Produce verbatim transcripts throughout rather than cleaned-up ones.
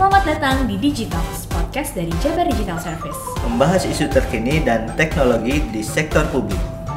Selamat datang di Digitalks, podcast dari Jabar Digital Service. Membahas isu terkini dan teknologi di sektor publik.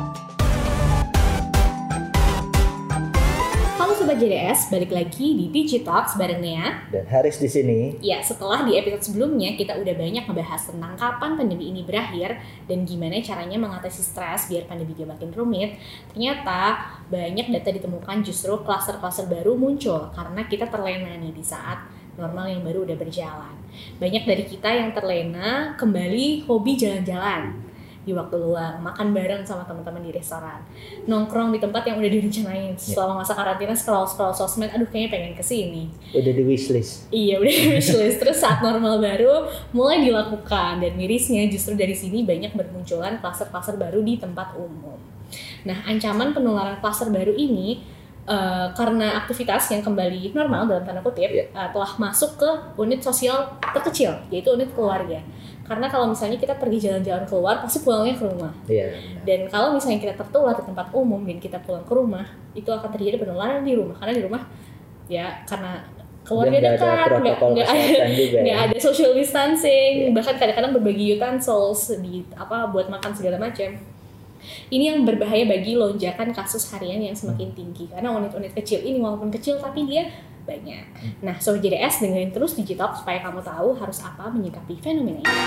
Halo Sobat J D S, balik lagi di Digitalks bareng Nea dan Haris di sini. Ya, setelah di episode sebelumnya kita udah banyak ngebahas tentang kapan pandemi ini berakhir dan gimana caranya mengatasi stres biar pandemi dia makin rumit. Ternyata banyak data ditemukan justru klaster-klaster baru muncul karena kita terlena nih di saat normal yang baru udah berjalan. Banyak dari kita yang terlena kembali hobi jalan-jalan di waktu luang, makan bareng sama teman-teman di restoran, nongkrong di tempat yang udah direncanain. Selama masa karantina scroll-scroll sosmed, aduh kayaknya pengen kesini. Udah di wishlist. Iya, udah di wishlist. Terus saat normal baru mulai dilakukan, dan mirisnya justru dari sini banyak bermunculan klaster-klaster baru di tempat umum. Nah, ancaman penularan klaster baru ini Uh, karena aktivitas yang kembali normal dalam tanda kutip yeah. uh, telah masuk ke unit sosial terkecil, yaitu unit keluarga. Karena kalau misalnya kita pergi jalan-jalan keluar, pasti pulangnya ke rumah. Yeah. Dan kalau misalnya kita tertular di tempat umum dan kita pulang ke rumah, itu akan terjadi penularan di rumah. Karena di rumah, ya karena keluarga dekat, nggak nggak ada nggak ya. ada social distancing, yeah. bahkan kadang-kadang berbagi utensils di apa buat makan segala macam. Ini yang berbahaya bagi lonjakan kasus harian yang semakin tinggi karena unit-unit kecil ini walaupun kecil tapi dia banyak. Nah, Sobat J D S dengerin terus Digital supaya kamu tahu harus apa menyikapi fenomena ini.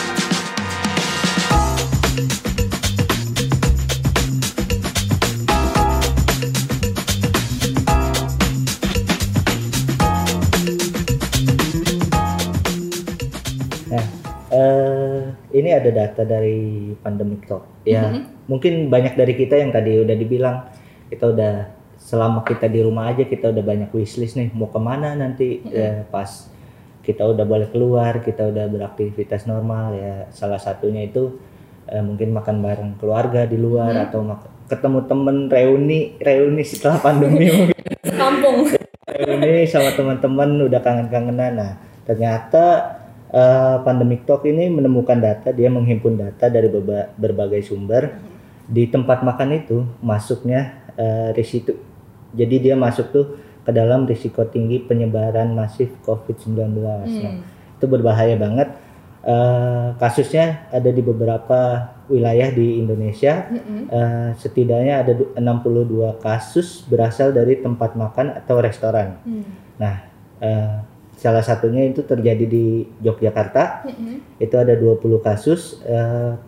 Nah, uh, ini ada data dari Pandemic Talk. Ya, mm-hmm. mungkin banyak dari kita yang tadi udah dibilang, kita udah selama kita di rumah aja kita udah banyak wishlist nih, mau kemana nanti mm-hmm. ya, pas kita udah boleh keluar, kita udah beraktivitas normal ya. Salah satunya itu eh, mungkin makan bareng keluarga di luar mm-hmm. atau mak- ketemu temen reuni reuni setelah pandemi mungkin. Kampung. Reuni sama teman-teman udah kangen-kangenan. Nah, ternyata Uh, Pandemic Talk ini menemukan data, dia menghimpun data dari berba- berbagai sumber. Di tempat makan itu masuknya uh, risiko, jadi dia masuk tuh ke dalam risiko tinggi penyebaran masif covid sembilan belas. Hmm. Nah, itu berbahaya banget. Uh, kasusnya ada di beberapa wilayah di Indonesia. Hmm. Uh, setidaknya ada enam puluh dua kasus berasal dari tempat makan atau restoran. Hmm. Nah, uh, salah satunya itu terjadi di Yogyakarta, mm-hmm. itu ada dua puluh kasus, uh,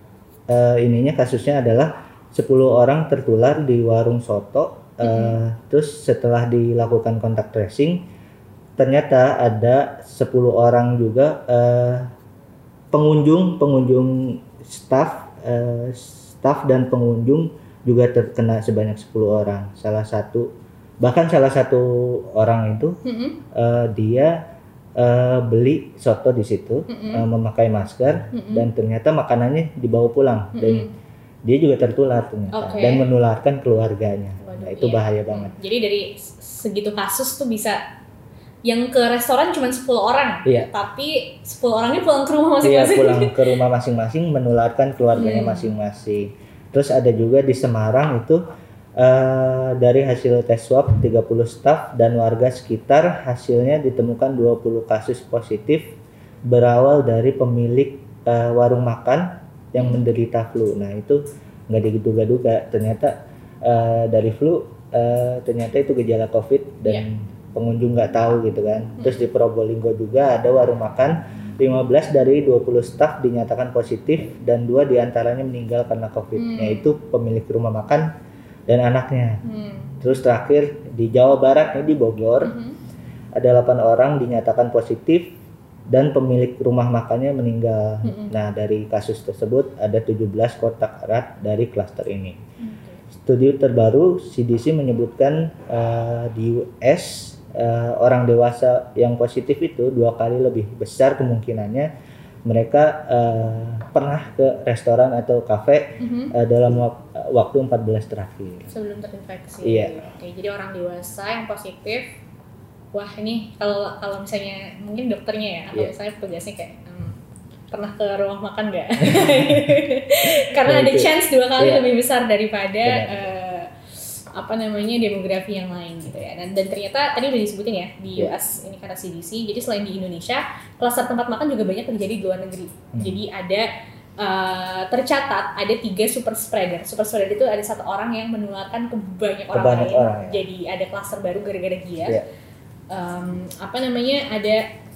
uh, ininya kasusnya adalah sepuluh orang tertular di warung soto, uh, mm-hmm. terus setelah dilakukan kontak tracing, ternyata ada sepuluh orang juga uh, pengunjung, pengunjung staff, uh, staff dan pengunjung juga terkena sebanyak sepuluh orang, salah satu bahkan salah satu orang itu mm-hmm. uh, dia uh, beli soto di situ, mm-hmm. uh, memakai masker, mm-hmm. dan ternyata makanannya dibawa pulang, mm-hmm. dan dia juga tertular ternyata, okay. dan menularkan keluarganya. Waduh, nah, itu iya. bahaya banget. Jadi dari segitu kasus tuh bisa yang ke restoran cuma sepuluh orang, iya. tapi sepuluh orangnya pulang ke rumah masing-masing. Iya, pulang ke rumah masing-masing, menularkan keluarganya hmm. masing-masing. Terus ada juga di Semarang itu Uh, dari hasil tes swab tiga puluh staf dan warga sekitar, hasilnya ditemukan dua puluh kasus positif berawal dari pemilik uh, warung makan yang menderita flu. Nah, itu nggak diduga-duga, ternyata uh, dari flu uh, ternyata itu gejala COVID dan yeah. pengunjung nggak tahu gitu kan. Terus di Probolinggo juga ada warung makan, lima belas dari dua puluh staf dinyatakan positif dan dua diantaranya meninggal karena COVID, hmm. yaitu pemilik rumah makan dan anaknya. Hmm. Terus terakhir di Jawa Barat ini di Bogor, hmm. ada delapan orang dinyatakan positif dan pemilik rumah makannya meninggal. Hmm. Nah, dari kasus tersebut ada tujuh belas kontak erat dari klaster ini. Hmm. Studi terbaru C D C menyebutkan uh, di U S uh, orang dewasa yang positif itu dua kali lebih besar kemungkinannya mereka uh, pernah ke restoran atau kafe mm-hmm. uh, dalam wak- waktu empat belas terakhir. Sebelum terinfeksi. Iya. Oke, jadi orang dewasa yang positif, wah ini kalau kalau misalnya mungkin dokternya ya, atau yeah. misalnya petugasnya kayak hmm, pernah ke rumah makan nggak? Karena ada chance dua kali yeah. lebih besar daripada uh, apa namanya demografi yang lain gitu ya. Dan, dan ternyata tadi udah disebutin ya di U S ini karena C D C. Jadi selain di Indonesia, klaster tempat makan juga banyak terjadi di luar negeri. Hmm. Jadi ada uh, tercatat ada tiga super spreader. Super spreader itu ada satu orang yang menularkan ke banyak orang banyak lain. Orang, ya. Jadi ada klaster baru gara-gara dia. Yeah. Um, apa namanya ada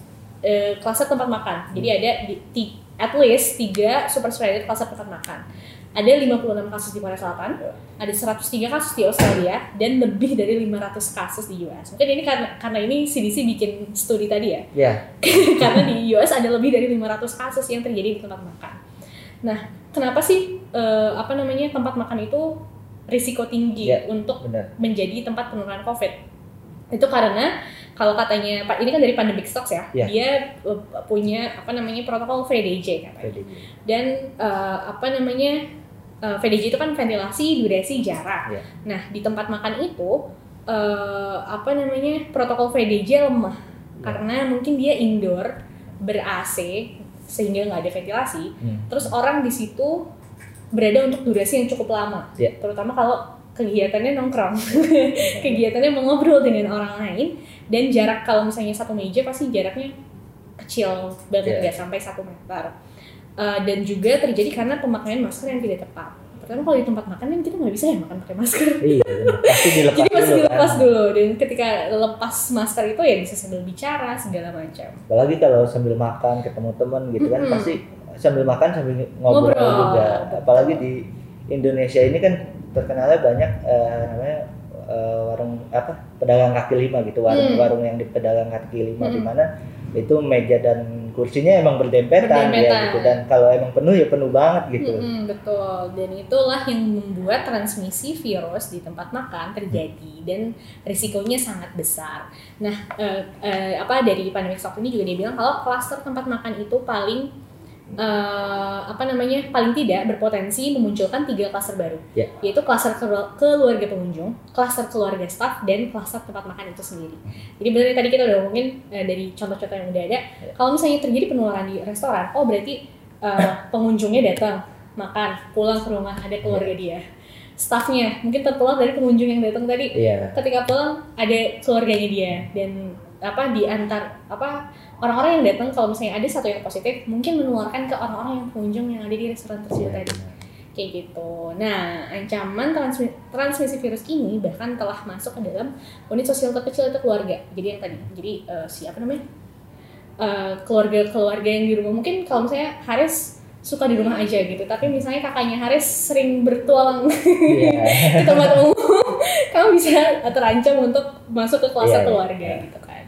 uh, klaster tempat makan. Jadi ada di, di, at least tiga super spreader klaster tempat makan. Ada lima puluh enam kasus di Korea Selatan, ada seratus tiga kasus di Australia, dan lebih dari lima ratus kasus di U S. Mungkin ini karena karena ini C D C bikin studi tadi ya. Iya. Yeah. Karena di U S ada lebih dari lima ratus kasus yang terjadi di tempat makan. Nah, kenapa sih uh, apa namanya tempat makan itu risiko tinggi yeah, untuk benar. menjadi tempat penularan COVID? Itu karena kalau katanya Pak ini kan dari Pandemic Stocks ya, yeah. dia uh, punya apa namanya protokol V D J katanya. V D J. Dan uh, apa namanya Uh, V D J itu kan ventilasi, durasi, jarak. Yeah. Nah di tempat makan itu uh, apa namanya protokol V D J lemah yeah. karena mungkin dia indoor ber-A C sehingga nggak ada ventilasi. Hmm. Terus orang di situ berada untuk durasi yang cukup lama, yeah. terutama kalau kegiatannya nongkrong, kegiatannya mengobrol dengan orang lain dan jarak kalau misalnya satu meja pasti jaraknya kecil banget nggak yeah. sampai satu meter. Uh, dan juga terjadi karena pemakaian masker yang tidak tepat. Pertama kalau di tempat makan kan kita nggak bisa ya makan pakai masker. Iya, pasti dilepas. Jadi pasti dulu, dilepas kan? dulu. Dan ketika lepas masker itu ya bisa sambil bicara segala macam. Apalagi kalau sambil makan ketemu teman gitu kan, mm-hmm. pasti sambil makan sambil ngobrol, ngobrol juga. Apalagi di Indonesia ini kan terkenalnya banyak uh, namanya uh, warung apa pedagang kaki lima gitu, warung mm. warung yang di pedagang kaki lima mm. di mana itu meja dan kursinya emang berdempetan, berdempetan. Ya gitu, dan kalau emang penuh ya penuh banget gitu. Mm-hmm, betul, dan itulah yang membuat transmisi virus di tempat makan terjadi dan risikonya sangat besar. Nah, uh, uh, apa dari Pandemic Stocks ini juga dia bilang kalau klaster tempat makan itu paling uh, apa namanya paling tidak berpotensi memunculkan tiga klaster baru, yeah. yaitu klaster keluarga pengunjung, klaster keluarga staff, dan klaster tempat makan itu sendiri. Jadi benar tadi kita udah ngomongin uh, dari contoh-contoh yang udah ada, yeah. kalau misalnya terjadi penularan di restoran, oh berarti uh, pengunjungnya datang makan, pulang ke rumah ada keluarga yeah. dia. Staffnya mungkin tertular dari pengunjung yang datang tadi, yeah. ketika pulang ada keluarganya dia, dan apa di antar apa orang-orang yang datang kalau misalnya ada satu yang positif mungkin menularkan ke orang-orang yang pengunjung yang ada di restoran tersebut yeah. tadi kayak gitu. Nah ancaman transmi- transmisi virus ini bahkan telah masuk ke dalam unit sosial terkecil atau keluarga. Jadi yang tadi jadi uh, siapa namanya uh, keluarga-keluarga yang di rumah mungkin kalau misalnya Haris suka di rumah aja gitu, tapi misalnya kakaknya Haris sering bertualang yeah. di tempat umum, kamu bisa terancam untuk masuk ke klaster yeah, keluarga yeah. gitu kan.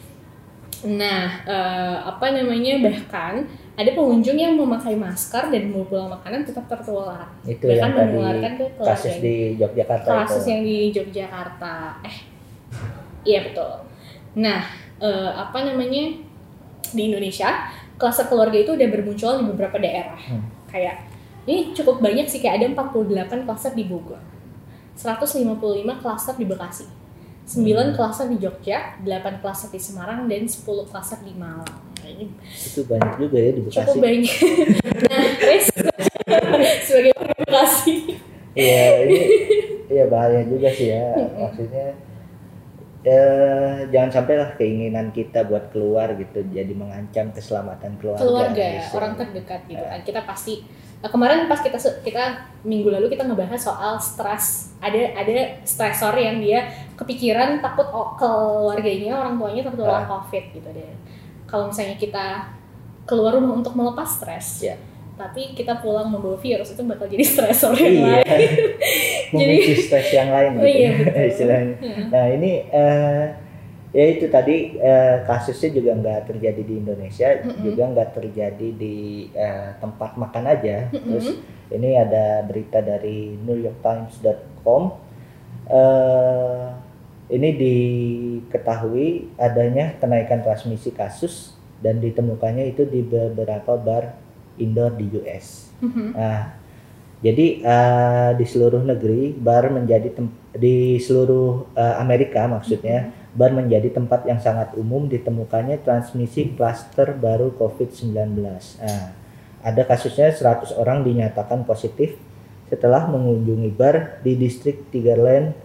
Nah, uh, apa namanya bahkan ada pengunjung yang memakai masker dan membawa pulang makanan tetap tertular. Itu bahkan yang menularkan ke keluarga. Kasus di Yogyakarta. Kasus itu. yang di Yogyakarta. Eh, iya betul. Nah, uh, apa namanya di Indonesia klaster keluarga itu udah bermunculan di beberapa daerah. Hmm. Kayak ini cukup banyak sih, kayak ada empat puluh delapan klaster di Bogor, seratus lima puluh lima klaster di Bekasi, sembilan hmm. klaster di Jogja, delapan klaster di Semarang, dan sepuluh klaster di Malang. Nah, ini itu banyak juga ya di Bekasi. Cukup banyak. Nah, Chris sebagai orang Bekasi. Iya, ini iya bahaya juga sih ya. Maksudnya ya, jangan sampai lah keinginan kita buat keluar gitu jadi mengancam keselamatan keluarga. Keluarga, gitu. Orang terdekat gitu kan. Kita pasti kemarin pas kita kita minggu lalu kita ngebahas soal stres. Ada ada stresor yang dia kepikiran takut keluarganya, orang tuanya tertular ah. COVID gitu deh. Kalau misalnya kita keluar rumah untuk melepas stres, yeah. tapi kita pulang membawa virus, itu bakal jadi stresor yang iya. lain. Jadi stres yang lain gitu. Oh iya, istilahnya. Hmm. Nah ini uh, ya itu tadi uh, kasusnya juga nggak terjadi di Indonesia, mm-hmm. juga nggak terjadi di uh, tempat makan aja. Mm-hmm. Terus ini ada berita dari new york times dot com. Uh, ini diketahui adanya kenaikan transmisi kasus dan ditemukannya itu di beberapa bar indoor di U S. Mm-hmm. Nah, jadi uh, di seluruh negeri bar menjadi tem- di seluruh uh, Amerika maksudnya mm-hmm. bar menjadi tempat yang sangat umum ditemukannya transmisi klaster baru covid sembilan belas. Nah, ada kasusnya seratus orang dinyatakan positif setelah mengunjungi bar di distrik Tiga Lane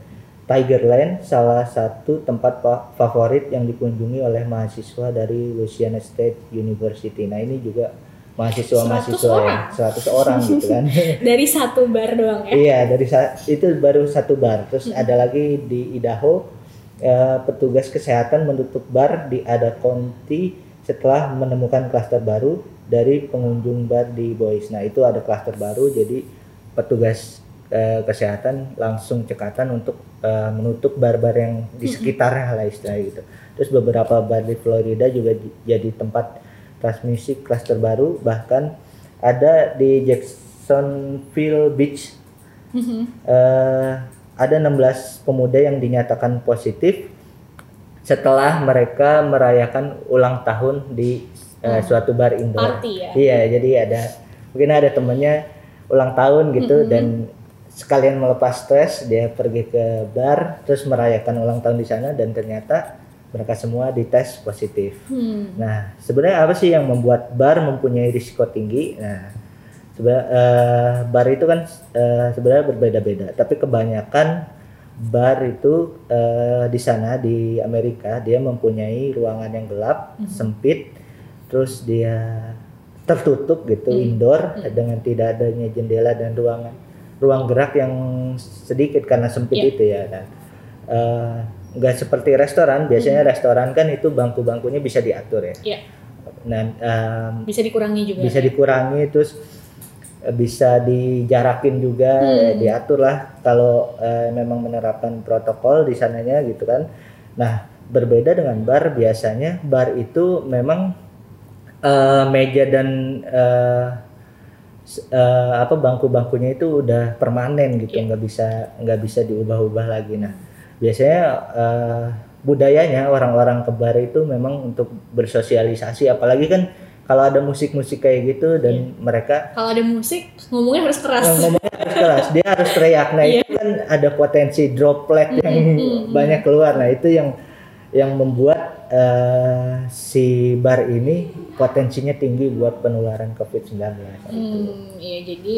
Tigerland, salah satu tempat pa- favorit yang dikunjungi oleh mahasiswa dari Louisiana State University. Nah ini juga mahasiswa-mahasiswa ya, seratus orang gitu kan. Dari satu bar doang ya? Iya, dari sa- itu baru satu bar. Terus hmm. ada lagi di Idaho, eh, petugas kesehatan menutup bar di Ada County setelah menemukan klaster baru dari pengunjung bar di Boise. Nah itu ada klaster baru, jadi petugas eh, kesehatan langsung cekatan untuk eh, menutup bar-bar yang di sekitarnya lah istilahnya gitu. Terus beberapa bar di Florida juga di, jadi tempat transmisi klaster baru, bahkan ada di Jacksonville Beach. Mm-hmm. eh, ada enam belas pemuda yang dinyatakan positif setelah mereka merayakan ulang tahun di uh, hmm. suatu bar indoor. Party ya? Iya, jadi ada mungkin ada temennya ulang tahun gitu mm-hmm. dan sekalian melepas stres dia pergi ke bar terus merayakan ulang tahun di sana dan ternyata mereka semua dites positif. Hmm. Nah, sebenarnya apa sih yang membuat bar mempunyai risiko tinggi? Nah, sebenarnya uh, bar itu kan uh, sebenarnya berbeda-beda, tapi kebanyakan bar itu uh, di sana di Amerika dia mempunyai ruangan yang gelap, mm-hmm. sempit, terus dia tertutup gitu, mm-hmm. indoor mm-hmm. dengan tidak adanya jendela dan ruangan ruang gerak yang sedikit karena sempit yeah. itu ya. Dan uh, nggak seperti restoran, biasanya mm-hmm. restoran kan itu bangku-bangkunya bisa diatur ya. Yeah. Nah, um, bisa dikurangi juga. Bisa ya? dikurangi terus bisa dijarakin juga, hmm. ya, diatur lah kalau eh, memang menerapkan protokol di sananya gitu kan. Nah berbeda dengan bar, biasanya bar itu memang eh, meja dan eh, eh, apa bangku-bangkunya itu udah permanen gitu, nggak yeah. bisa nggak bisa diubah-ubah lagi. Nah biasanya eh, budayanya orang-orang ke bar itu memang untuk bersosialisasi, apalagi kan kalau ada musik-musik kayak gitu dan yeah. mereka kalau ada musik ngomongnya harus keras. Ngomongnya harus keras, dia harus teriak. Nah yeah. itu kan ada potensi droplet yang mm-hmm. banyak keluar. Nah itu yang yang membuat uh, si bar ini potensinya tinggi buat penularan covid sembilan belas. Hmm, iya jadi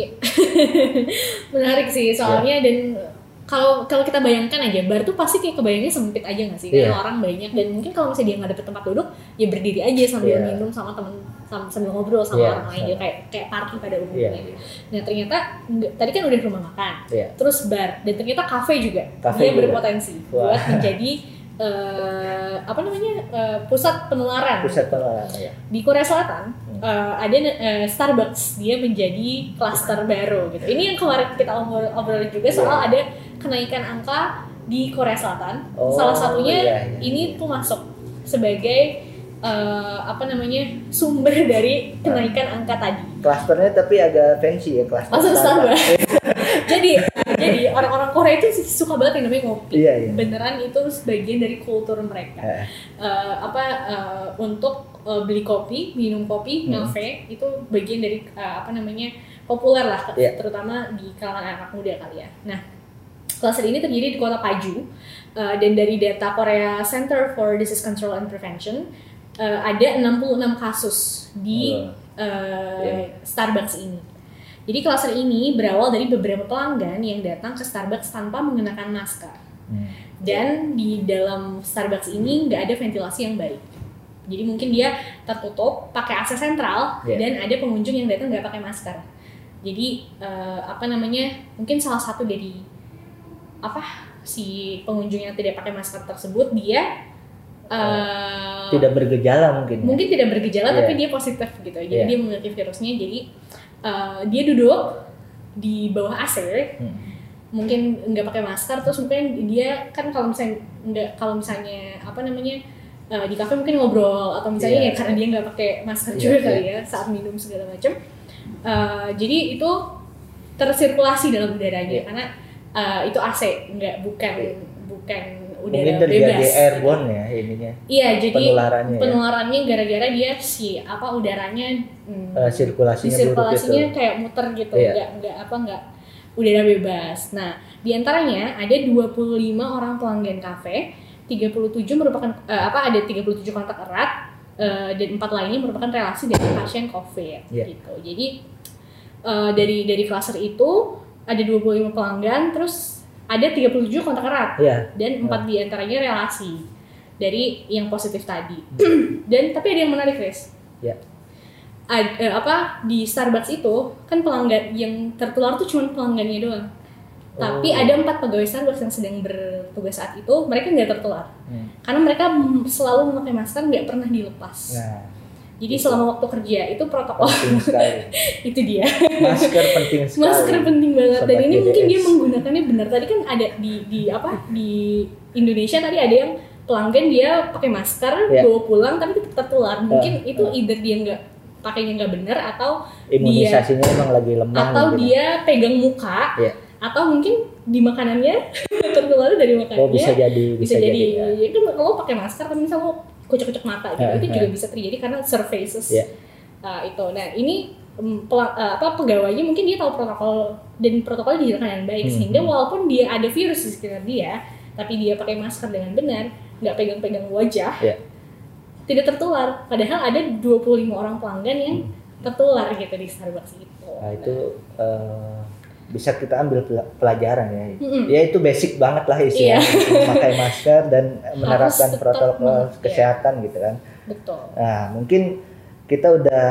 menarik sih soalnya yeah. dan kalau kalau kita bayangkan aja bar tuh pasti kayak kebayangnya sempit aja nggak sih? Yeah. Karena orang banyak dan mungkin kalau misalnya dia nggak dapet tempat duduk ya berdiri aja sambil yeah. minum sama temen sambil ngobrol sama yeah. orang lain gitu kayak kayak party pada umumnya. Yeah. Nah ternyata tadi kan udah rumah makan, yeah. terus bar dan ternyata kafe juga cafe dia juga berpotensi wow. buat menjadi uh, apa namanya uh, pusat penularan. Pusat penularan. Ya. Di Korea Selatan hmm. uh, ada uh, Starbucks dia menjadi klaster baru gitu. Ini yang kemarin kita obrol obrolin juga soal yeah. ada kenaikan angka di Korea Selatan. Oh, salah satunya iya, iya. ini tuh masuk sebagai Uh, apa namanya sumber dari kenaikan angka tadi. Klasternya tapi agak fancy ya klaster. Masuk Starbucks. jadi jadi orang-orang Korea itu suka banget yang namanya ngopi. Iya, iya. Beneran itu sebagian dari kultur mereka. Eh. Uh, apa uh, untuk uh, beli kopi, minum kopi, hmm. ngafe itu bagian dari uh, apa namanya populer lah, yeah. terutama di kalangan anak muda kali ya. Nah, klaster ini terdiri di kota Paju uh, dan dari data Korea Center for Disease Control and Prevention. Uh, ada enam puluh enam kasus di uh, yeah. Starbucks ini. Jadi klaster ini berawal dari beberapa pelanggan yang datang ke Starbucks tanpa mengenakan masker. Hmm. Dan di dalam Starbucks ini nggak ada ventilasi yang baik. Jadi mungkin dia tertutup pakai A C sentral yeah. dan ada pengunjung yang datang nggak pakai masker. Jadi uh, apa namanya mungkin salah satu dari apa si pengunjung yang tidak pakai masker tersebut dia Uh, tidak bergejala mungkin ya? mungkin tidak bergejala yeah. tapi dia positif gitu jadi yeah. dia memiliki virusnya jadi uh, dia duduk di bawah A C hmm. mungkin nggak pakai masker terus mungkin dia kan kalau misalnya nggak kalau misalnya apa namanya uh, di kafe mungkin ngobrol atau misalnya yeah. ya karena dia nggak pakai masker yeah, juga yeah. kali ya saat minum segala macam uh, jadi itu tersirkulasi dalam udaranya yeah. karena uh, itu A C nggak bukan yeah. bukan udara mungkin terjadi bebas. Airborne ya ininya. Iya, jadi penularannya, penularannya ya? gara-gara dia si apa udaranya hmm, uh, sirkulasinya sirkulasinya gitu. Kayak muter gitu, yeah. enggak enggak apa enggak udara bebas. Nah, di antaranya ada dua puluh lima orang pelanggan kafe, tiga puluh tujuh merupakan uh, apa ada tiga puluh tujuh kontak erat uh, dan empat lainnya merupakan relasi dari pasien COVID yeah. gitu. Jadi uh, dari dari klaster itu ada dua puluh lima pelanggan terus ada tiga puluh tujuh kontak erat Iya. dan empat diantaranya relasi dari yang positif tadi. Dan tapi ada yang menarik, Chris. Ya. Ad, eh, apa di Starbucks itu kan pelanggan yang tertular tuh cuma pelanggannya doang. Oh. Tapi ada empat pegawai Starbucks yang sedang bertugas saat itu, mereka nggak tertular. Hmm. Karena mereka selalu memakai masker, nggak pernah dilepas. Nah. Jadi itu. Selama waktu kerja itu protokol penting sekali. Itu dia. Masker penting sekali. Masker penting banget. Dan ini J D S. mungkin dia menggunakannya benar. Tadi kan ada di di apa di Indonesia tadi ada yang pelanggan dia pakai masker yeah. bawa pulang tapi tetap tertular. Mungkin uh, itu uh. either dia nggak pakainya nggak benar atau imunisasinya dia, emang lagi lemah. Atau gitu. Dia pegang muka. Yeah. Atau mungkin di makanannya tertular dari makanannya. Oh bisa jadi. Bisa, bisa jadi. jadi. Ya. Jadi kalau pakai masker kan misalnya lo kocok-kocok mata gitu, uh, itu juga uh. bisa terjadi karena surfaces yeah. uh, itu. Nah ini um, pelang, uh, apa pegawainya mungkin dia tahu protokol dan protokol dijalankan dengan baik hmm. sehingga walaupun dia ada virus di sekitar dia, tapi dia pakai masker dengan benar, nggak pegang-pegang wajah, yeah. tidak tertular. Padahal ada dua puluh lima orang pelanggan yang tertular gitu di Starbucks itu. Nah itu uh, bisa kita ambil pelajaran ya. Mm-hmm. Ya itu basic banget lah isinya. Yeah. Memakai masker dan menerapkan protokol kesehatan yeah. gitu kan. Betul. Nah mungkin kita udah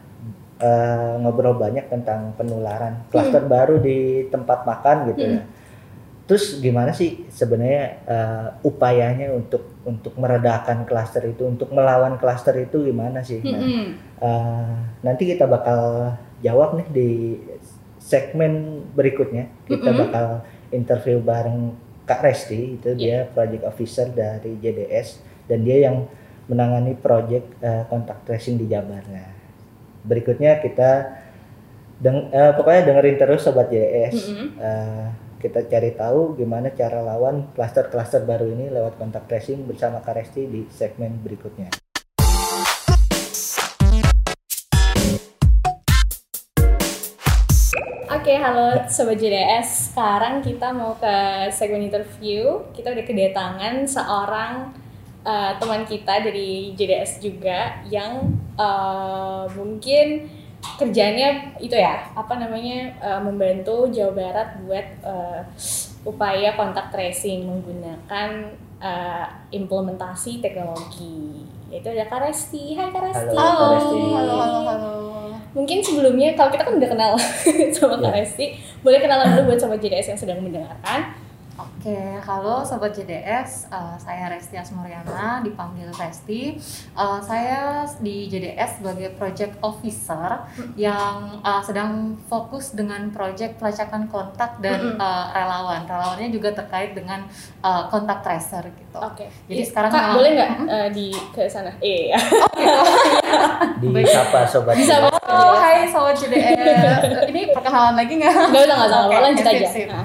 uh, ngobrol banyak tentang penularan klaster mm. baru di tempat makan gitu mm. ya. Terus gimana sih sebenarnya uh, upayanya untuk untuk meredakan klaster itu, untuk melawan klaster itu gimana sih? Nah, mm-hmm. uh, nanti kita bakal jawab nih di segmen berikutnya. Kita mm-hmm. bakal interview bareng Kak Resti, itu yeah. dia project officer dari J D S dan dia yang menangani project uh, contact tracing di Jabar. Nah, berikutnya kita deng- uh, pokoknya dengerin terus Sobat J D S. Mm-hmm. Uh, kita cari tahu gimana cara lawan klaster-klaster baru ini lewat contact tracing bersama Kak Resti di segmen berikutnya. Oke, halo Sobat J D S. Sekarang kita mau ke segmen interview. Kita udah kedatangan seorang uh, teman kita dari J D S juga yang uh, mungkin kerjanya itu ya, apa namanya, uh, membantu Jawa Barat buat uh, upaya kontak tracing menggunakan uh, implementasi teknologi. Yaitu ada Kak Resti. Hai Kak Resti. Halo, Kak Resti. Halo, halo, halo. Mungkin sebelumnya kalau kita kan udah kenal sama Kak Resti, boleh kenalan dulu buat Sobat J D S yang sedang mendengarkan. Oke, halo Sobat J D S, uh, saya Resti Asmuriana, dipanggil Resti. Uh, saya di J D S sebagai Project Officer yang uh, sedang fokus dengan project pelacakan kontak dan uh, relawan. Relawannya juga terkait dengan uh, kontak tracer gitu. Oke. Jadi ya, sekarang Kak, uh, boleh nggak uh, di ke sana? Eh. Oh, gitu. Di sapa Sobat J D S. Oh, hai Sobat J D S. Ini perkenalan lagi nggak? Nggak usah, nggak usah. Okay, lanjut sip, aja. Sip. Nah.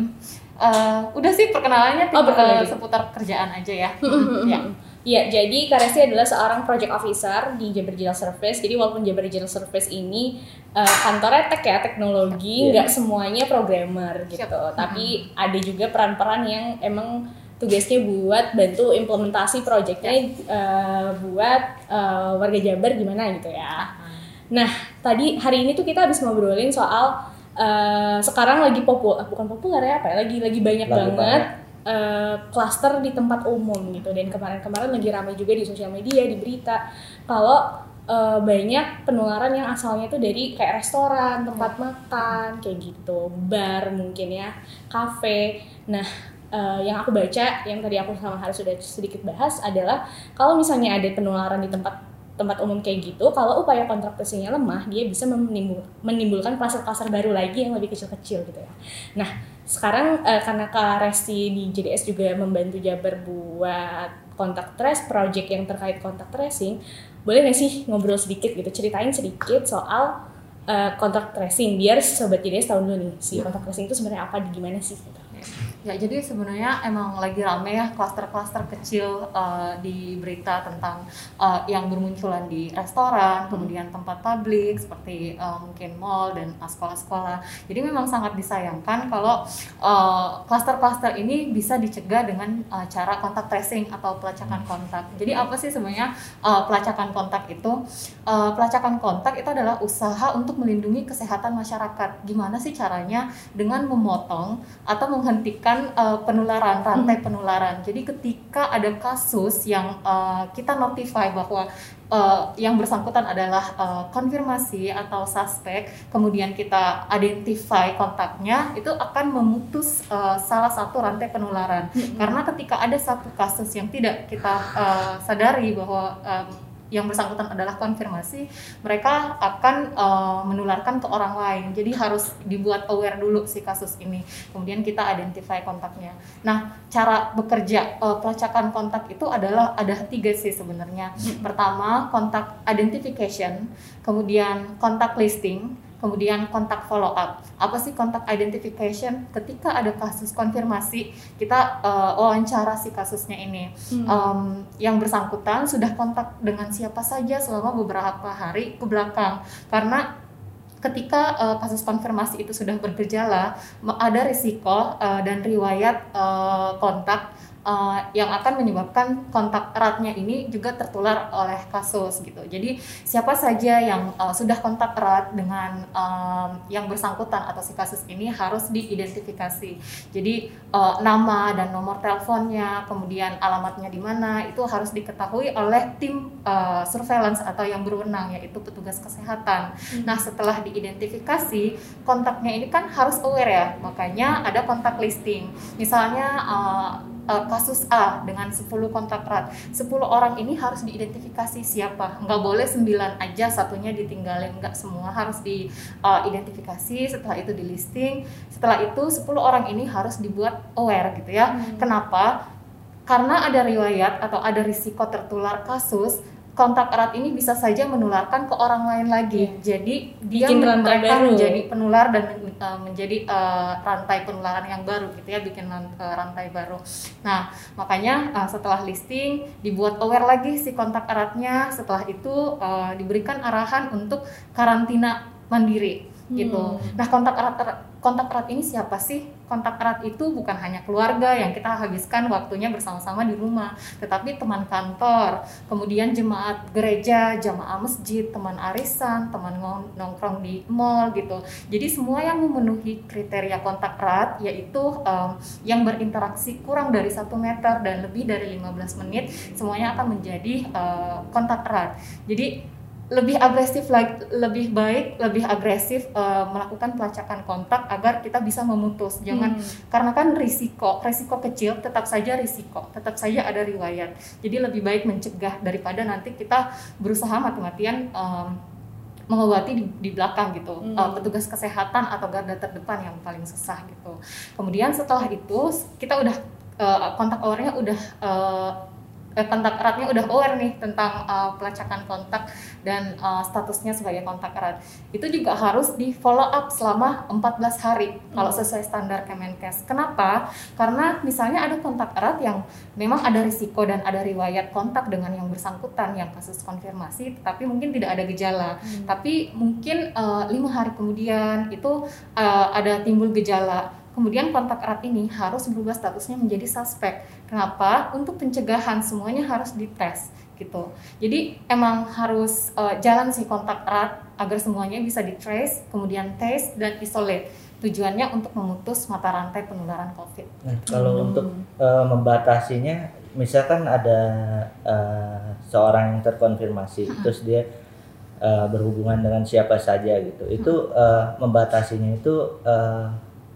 Uh, udah sih perkenalannya oh, uh, seputar kerjaan aja ya. ya. Iya, jadi Kak Resti adalah seorang project officer di Jabar Digital Service. Jadi walaupun Jabar Digital Service ini uh, kantornya tech ya, teknologi, nggak yeah. semuanya programmer gitu. Siap. Tapi ada juga peran-peran yang emang tugasnya buat bantu implementasi projectnya yeah. uh, buat uh, warga Jabar gimana gitu ya. Nah, tadi hari ini tuh kita habis ngobrolin soal Uh, sekarang lagi populer, bukan populer ya apa ya, lagi lagi banyak lagi banget klaster uh, di tempat umum gitu. Dan kemarin-kemarin lagi ramai juga di sosial media, di berita kalau uh, banyak penularan yang asalnya tuh dari kayak restoran, tempat makan kayak gitu, bar mungkin ya, kafe. Nah uh, yang aku baca, yang tadi aku sama Haris sudah sedikit bahas adalah kalau misalnya ada penularan di tempat tempat umum kayak gitu, kalau upaya kontak tracing-nya lemah, dia bisa menimbul, menimbulkan klaster-klaster baru lagi yang lebih kecil-kecil gitu ya. Nah, sekarang uh, karena Kak Resti di J D S juga membantu Jabar buat kontak trace, project yang terkait kontak tracing, boleh nggak sih ngobrol sedikit gitu, ceritain sedikit soal uh, kontak tracing, biar Sobat J D S tahu dulu nih, si kontak tracing itu sebenarnya apa, gimana sih gitu. Ya, jadi sebenarnya emang lagi rame ya klaster-klaster kecil uh, di berita tentang uh, yang bermunculan di restoran, hmm. kemudian tempat publik seperti uh, mungkin mall dan uh, sekolah-sekolah. Jadi memang sangat disayangkan kalau uh, klaster-klaster ini bisa dicegah dengan uh, cara kontak tracing atau pelacakan kontak. Jadi apa sih sebenarnya uh, pelacakan kontak itu? Uh, pelacakan kontak itu adalah usaha untuk melindungi kesehatan masyarakat. Gimana sih caranya? Dengan memotong atau menghentikan memutuskan uh, penularan, rantai hmm. penularan. Jadi ketika ada kasus yang uh, kita notify bahwa uh, yang bersangkutan adalah uh, konfirmasi atau suspek, kemudian kita identify kontaknya, itu akan memutus uh, salah satu rantai penularan. Hmm. Karena ketika ada satu kasus yang tidak kita uh, sadari bahwa um, yang bersangkutan adalah konfirmasi, mereka akan uh, menularkan ke orang lain. Jadi harus dibuat aware dulu si kasus ini. Kemudian kita identify kontaknya. Nah, cara bekerja uh, pelacakan kontak itu adalah ada tiga sih sebenarnya. Pertama, kontak identification, kemudian kontak listing, kemudian kontak follow up. Apa sih kontak identification? Ketika ada kasus konfirmasi, kita uh, wawancara si kasusnya ini. Hmm. Um, yang bersangkutan sudah kontak dengan siapa saja selama beberapa hari ke belakang. Karena ketika uh, kasus konfirmasi itu sudah bergejala, ada risiko uh, dan riwayat uh, kontak Uh, yang akan menyebabkan kontak eratnya ini juga tertular oleh kasus gitu. Jadi siapa saja yang uh, sudah kontak erat dengan um, yang bersangkutan atau si kasus ini harus diidentifikasi. Jadi uh, nama dan nomor teleponnya, kemudian alamatnya di mana itu harus diketahui oleh tim uh, surveillance atau yang berwenang, yaitu petugas kesehatan. Hmm. Nah, setelah diidentifikasi, kontaknya ini kan harus aware ya. Makanya ada kontak listing. Misalnya uh, Uh, kasus A dengan sepuluh kontak erat, sepuluh orang ini harus diidentifikasi siapa, nggak boleh sembilan aja satunya ditinggalin, nggak, semua harus diidentifikasi, uh, setelah itu di listing, setelah itu sepuluh orang ini harus dibuat aware gitu ya. Hmm. Kenapa? Karena ada riwayat atau ada risiko tertular kasus, kontak erat ini bisa saja menularkan ke orang lain lagi. Yeah. Jadi dia bikin rantai mereka baru. menjadi penular dan uh, menjadi uh, rantai penularan yang baru gitu ya, bikin uh, rantai baru. Nah, makanya uh, setelah listing dibuat aware lagi si kontak eratnya. Setelah itu uh, diberikan arahan untuk karantina mandiri gitu. Hmm. Nah, kontak erat kontak erat ini siapa sih? Kontak erat itu bukan hanya keluarga yang kita habiskan waktunya bersama-sama di rumah, tetapi teman kantor, kemudian jemaat gereja, jamaah masjid, teman arisan, teman nongkrong di mall gitu. Jadi semua yang memenuhi kriteria kontak erat, yaitu um, yang berinteraksi kurang dari satu meter dan lebih dari lima belas menit, semuanya akan menjadi uh, kontak erat. Jadi lebih agresif lagi, lebih baik, lebih agresif uh, melakukan pelacakan kontak agar kita bisa memutus. Jangan hmm. karena kan risiko, risiko kecil tetap saja risiko, tetap saja ada riwayat. Jadi lebih baik mencegah daripada nanti kita berusaha mati-matian um, mengobati di, di belakang gitu. Hmm. Uh, petugas kesehatan atau garda terdepan yang paling susah gitu. Kemudian setelah itu kita udah uh, kontak aware-nya udah uh, kontak eratnya udah aware nih tentang uh, pelacakan kontak dan uh, statusnya sebagai kontak erat. Itu juga harus di follow up selama empat belas hari hmm. kalau sesuai standar Kemenkes. Kenapa? Karena misalnya ada kontak erat yang memang ada risiko dan ada riwayat kontak dengan yang bersangkutan yang kasus konfirmasi, tapi mungkin tidak ada gejala. Hmm. Tapi mungkin uh, lima hari kemudian itu uh, ada timbul gejala. Kemudian kontak erat ini harus berubah statusnya menjadi suspek. Kenapa? Untuk pencegahan semuanya harus dites gitu. Jadi emang harus uh, jalan sih kontak erat agar semuanya bisa di-trace, kemudian test dan isolate. Tujuannya untuk memutus mata rantai penularan COVID. Nah, kalau hmm. untuk uh, membatasinya, misalkan ada uh, seorang yang terkonfirmasi, hmm. terus dia uh, berhubungan dengan siapa saja gitu. Itu uh, membatasinya itu uh,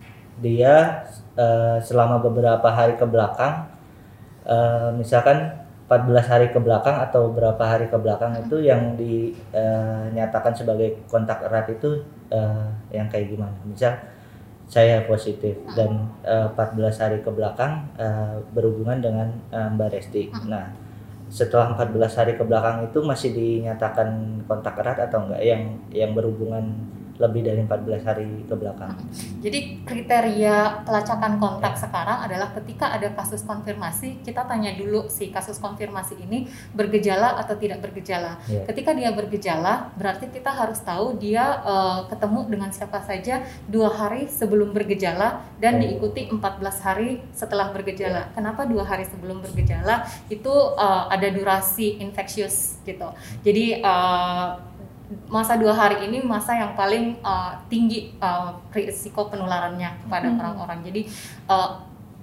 dia uh, selama beberapa hari ke belakang, uh, misalkan empat belas hari ke belakang atau berapa hari ke belakang itu yang dinyatakan uh, sebagai kontak erat itu uh, yang kayak gimana? Misal saya positif dan uh, empat belas hari ke belakang uh, berhubungan dengan uh, Mbak Resti. Nah, setelah empat belas hari ke belakang itu masih dinyatakan kontak erat atau enggak yang yang berhubungan lebih dari empat belas hari ke belakang. Jadi kriteria pelacakan kontak sekarang adalah ketika ada kasus konfirmasi, kita tanya dulu si kasus konfirmasi ini bergejala atau tidak bergejala. Yeah. Ketika dia bergejala, berarti kita harus tahu dia uh, ketemu dengan siapa saja dua hari sebelum bergejala dan oh. diikuti empat belas hari setelah bergejala. Yeah. Kenapa dua hari sebelum bergejala? Itu uh, ada durasi infeksius gitu. Jadi uh, masa dua hari ini masa yang paling uh, tinggi uh, risiko penularannya kepada hmm. orang-orang. Jadi uh,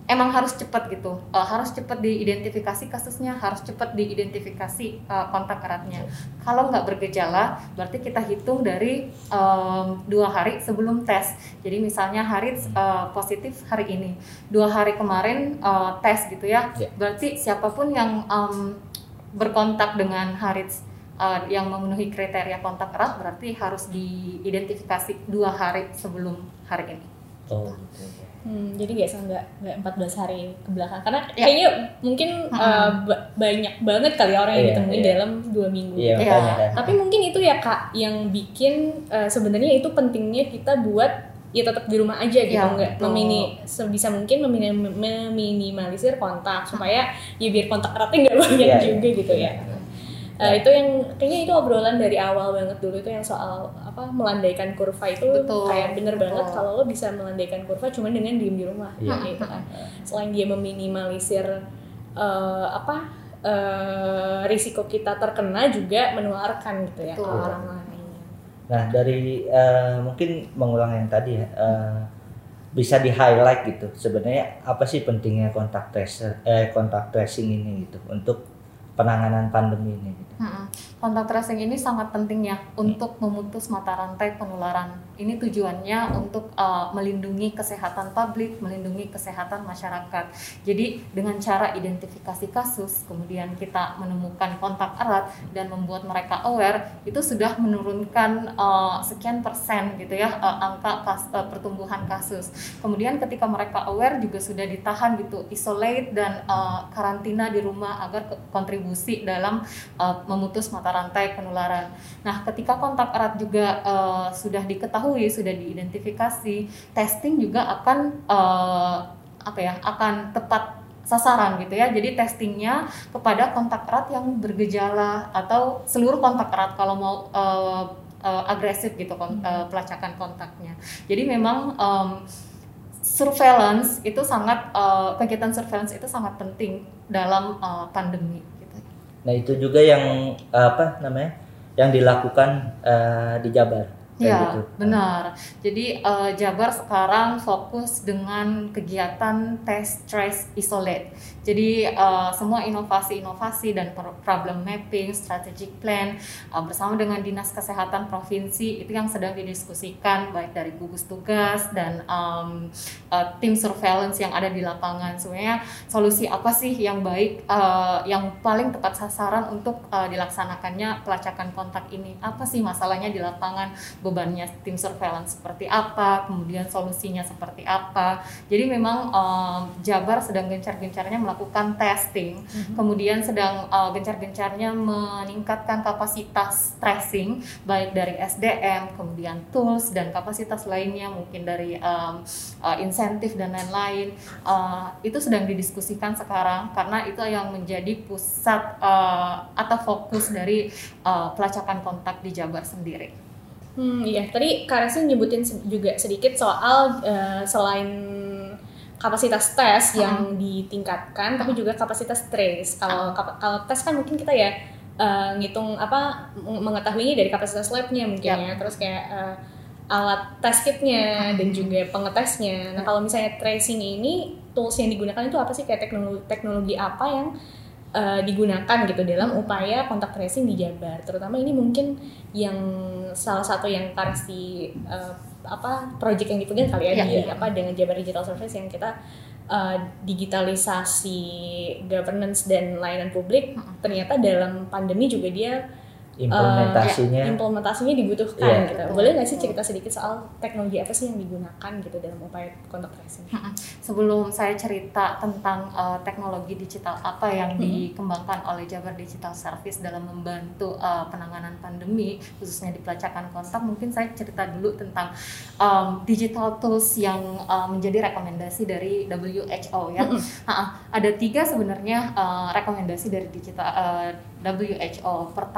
emang harus cepat gitu, uh, harus cepat diidentifikasi kasusnya, harus cepat diidentifikasi uh, kontak eratnya. Kalau nggak bergejala, berarti kita hitung dari um, dua hari sebelum tes. Jadi misalnya Harits uh, positif hari ini, dua hari kemarin uh, tes gitu ya. Yeah. Berarti siapapun yang um, berkontak dengan Harits uh, yang memenuhi kriteria kontak erat, berarti harus diidentifikasi dua hari sebelum hari ini. Oh, gitu. Hmm, jadi nggak nggak nggak empat belas hari ke belakang karena Ya. kayaknya mungkin Hmm. uh, ba- banyak banget kali orang yang Iya, ditemuin iya. dalam dua minggu. Iya, Iya. makanya. Tapi mungkin itu ya Kak yang bikin uh, sebenarnya itu pentingnya kita buat ya tetap di rumah aja gitu, Ya, nggak betul. memini sebisa mungkin meminim- meminimalisir kontak supaya ya biar kontak eratnya nggak banyak Iya, juga iya. gitu ya. Uh, itu yang kayaknya itu obrolan dari awal banget dulu itu yang soal apa melandaikan kurva itu Betul, kayak bener betul. banget kalau lo bisa melandaikan kurva cuma dengan diem di rumah Iya. gitu kan. Selain dia meminimalisir uh, apa uh, risiko kita terkena juga menularkan gitu ya ke Betul. orang lain. Nah, dari eh, mungkin mengulang yang tadi ya, eh, bisa di highlight gitu. Sebenarnya apa sih pentingnya kontak tracer, eh kontak tracing ini gitu untuk penanganan pandemi ini gitu. Mm-mm. Kontak tracing ini sangat penting ya untuk memutus mata rantai penularan. Ini tujuannya untuk uh, melindungi kesehatan publik, melindungi kesehatan masyarakat. Jadi dengan cara identifikasi kasus, kemudian kita menemukan kontak erat dan membuat mereka aware, itu sudah menurunkan uh, sekian persen gitu ya uh, angka kas, uh, pertumbuhan kasus. Kemudian ketika mereka aware juga sudah ditahan gitu, isolate dan uh, karantina di rumah agar ke- kontribusi dalam uh, memutus mata rantai penularan. Nah, ketika kontak erat juga uh, sudah diketahui, sudah diidentifikasi, testing juga akan uh, apa ya, akan tepat sasaran gitu ya. Jadi testingnya kepada kontak erat yang bergejala atau seluruh kontak erat kalau mau uh, uh, agresif gitu kon- uh, pelacakan kontaknya. Jadi memang um, surveillance itu sangat uh, kegiatan surveillance itu sangat penting dalam uh, pandemi gitu. Nah, itu juga yang eh, apa namanya? Yang dilakukan eh, di Jabar. Kayak Ya, gitu. benar. Jadi uh, Jabar sekarang fokus dengan kegiatan test, trace, isolate. Jadi uh, semua inovasi-inovasi dan pro- problem mapping, strategic plan uh, bersama dengan Dinas Kesehatan Provinsi itu yang sedang didiskusikan baik dari gugus tugas dan um, uh, tim surveillance yang ada di lapangan. Sebenarnya solusi apa sih yang baik, uh, yang paling tepat sasaran untuk uh, dilaksanakannya pelacakan kontak ini? Apa sih masalahnya di lapangan? Bebannya tim surveillance seperti apa, kemudian solusinya seperti apa. Jadi memang um, Jabar sedang gencar-gencarnya melakukan testing, Mhm. kemudian sedang uh, gencar-gencarnya meningkatkan kapasitas tracing baik dari S D M, kemudian tools dan kapasitas lainnya mungkin dari um, uh, insentif dan lain-lain. Uh, itu sedang didiskusikan sekarang karena itu yang menjadi pusat uh, atau fokus dari uh, pelacakan kontak di Jabar sendiri. Hmm, iya. Tadi Kak Resi nyebutin se- juga sedikit soal eh, selain kapasitas tes yang ditingkatkan, tapi juga kapasitas trace. Kalau kap- kalau tes kan mungkin kita ya eh, ngitung apa m- mengetahuinya dari kapasitas labnya mungkin Yap. ya, terus kayak eh, alat test kitnya dan juga pengetesnya. Nah kalau misalnya tracing ini tools yang digunakan itu apa sih, kayak teknologi teknologi apa yang uh, digunakan gitu dalam upaya kontak tracing di Jabar, terutama ini mungkin yang salah satu yang Karsi uh, apa project yang dipegang kali ya, Ya, di ya. apa dengan Jabar Digital Service yang kita uh, digitalisasi governance dan layanan publik. Ternyata dalam pandemi juga dia Implementasinya. uh, implementasinya dibutuhkan Iya. gitu. Betul, Boleh nggak sih betul. cerita sedikit soal teknologi apa sih yang digunakan gitu dalam upaya kontak tracing? Sebelum saya cerita tentang uh, teknologi digital apa yang Hmm. dikembangkan oleh Jabar Digital Service dalam membantu uh, penanganan pandemi khususnya di pelacakan kontak, mungkin saya cerita dulu tentang um, digital tools yang uh, menjadi rekomendasi dari W H O ya. Ha-ha. Ada tiga sebenarnya uh, rekomendasi dari digital uh, W H O. Pertama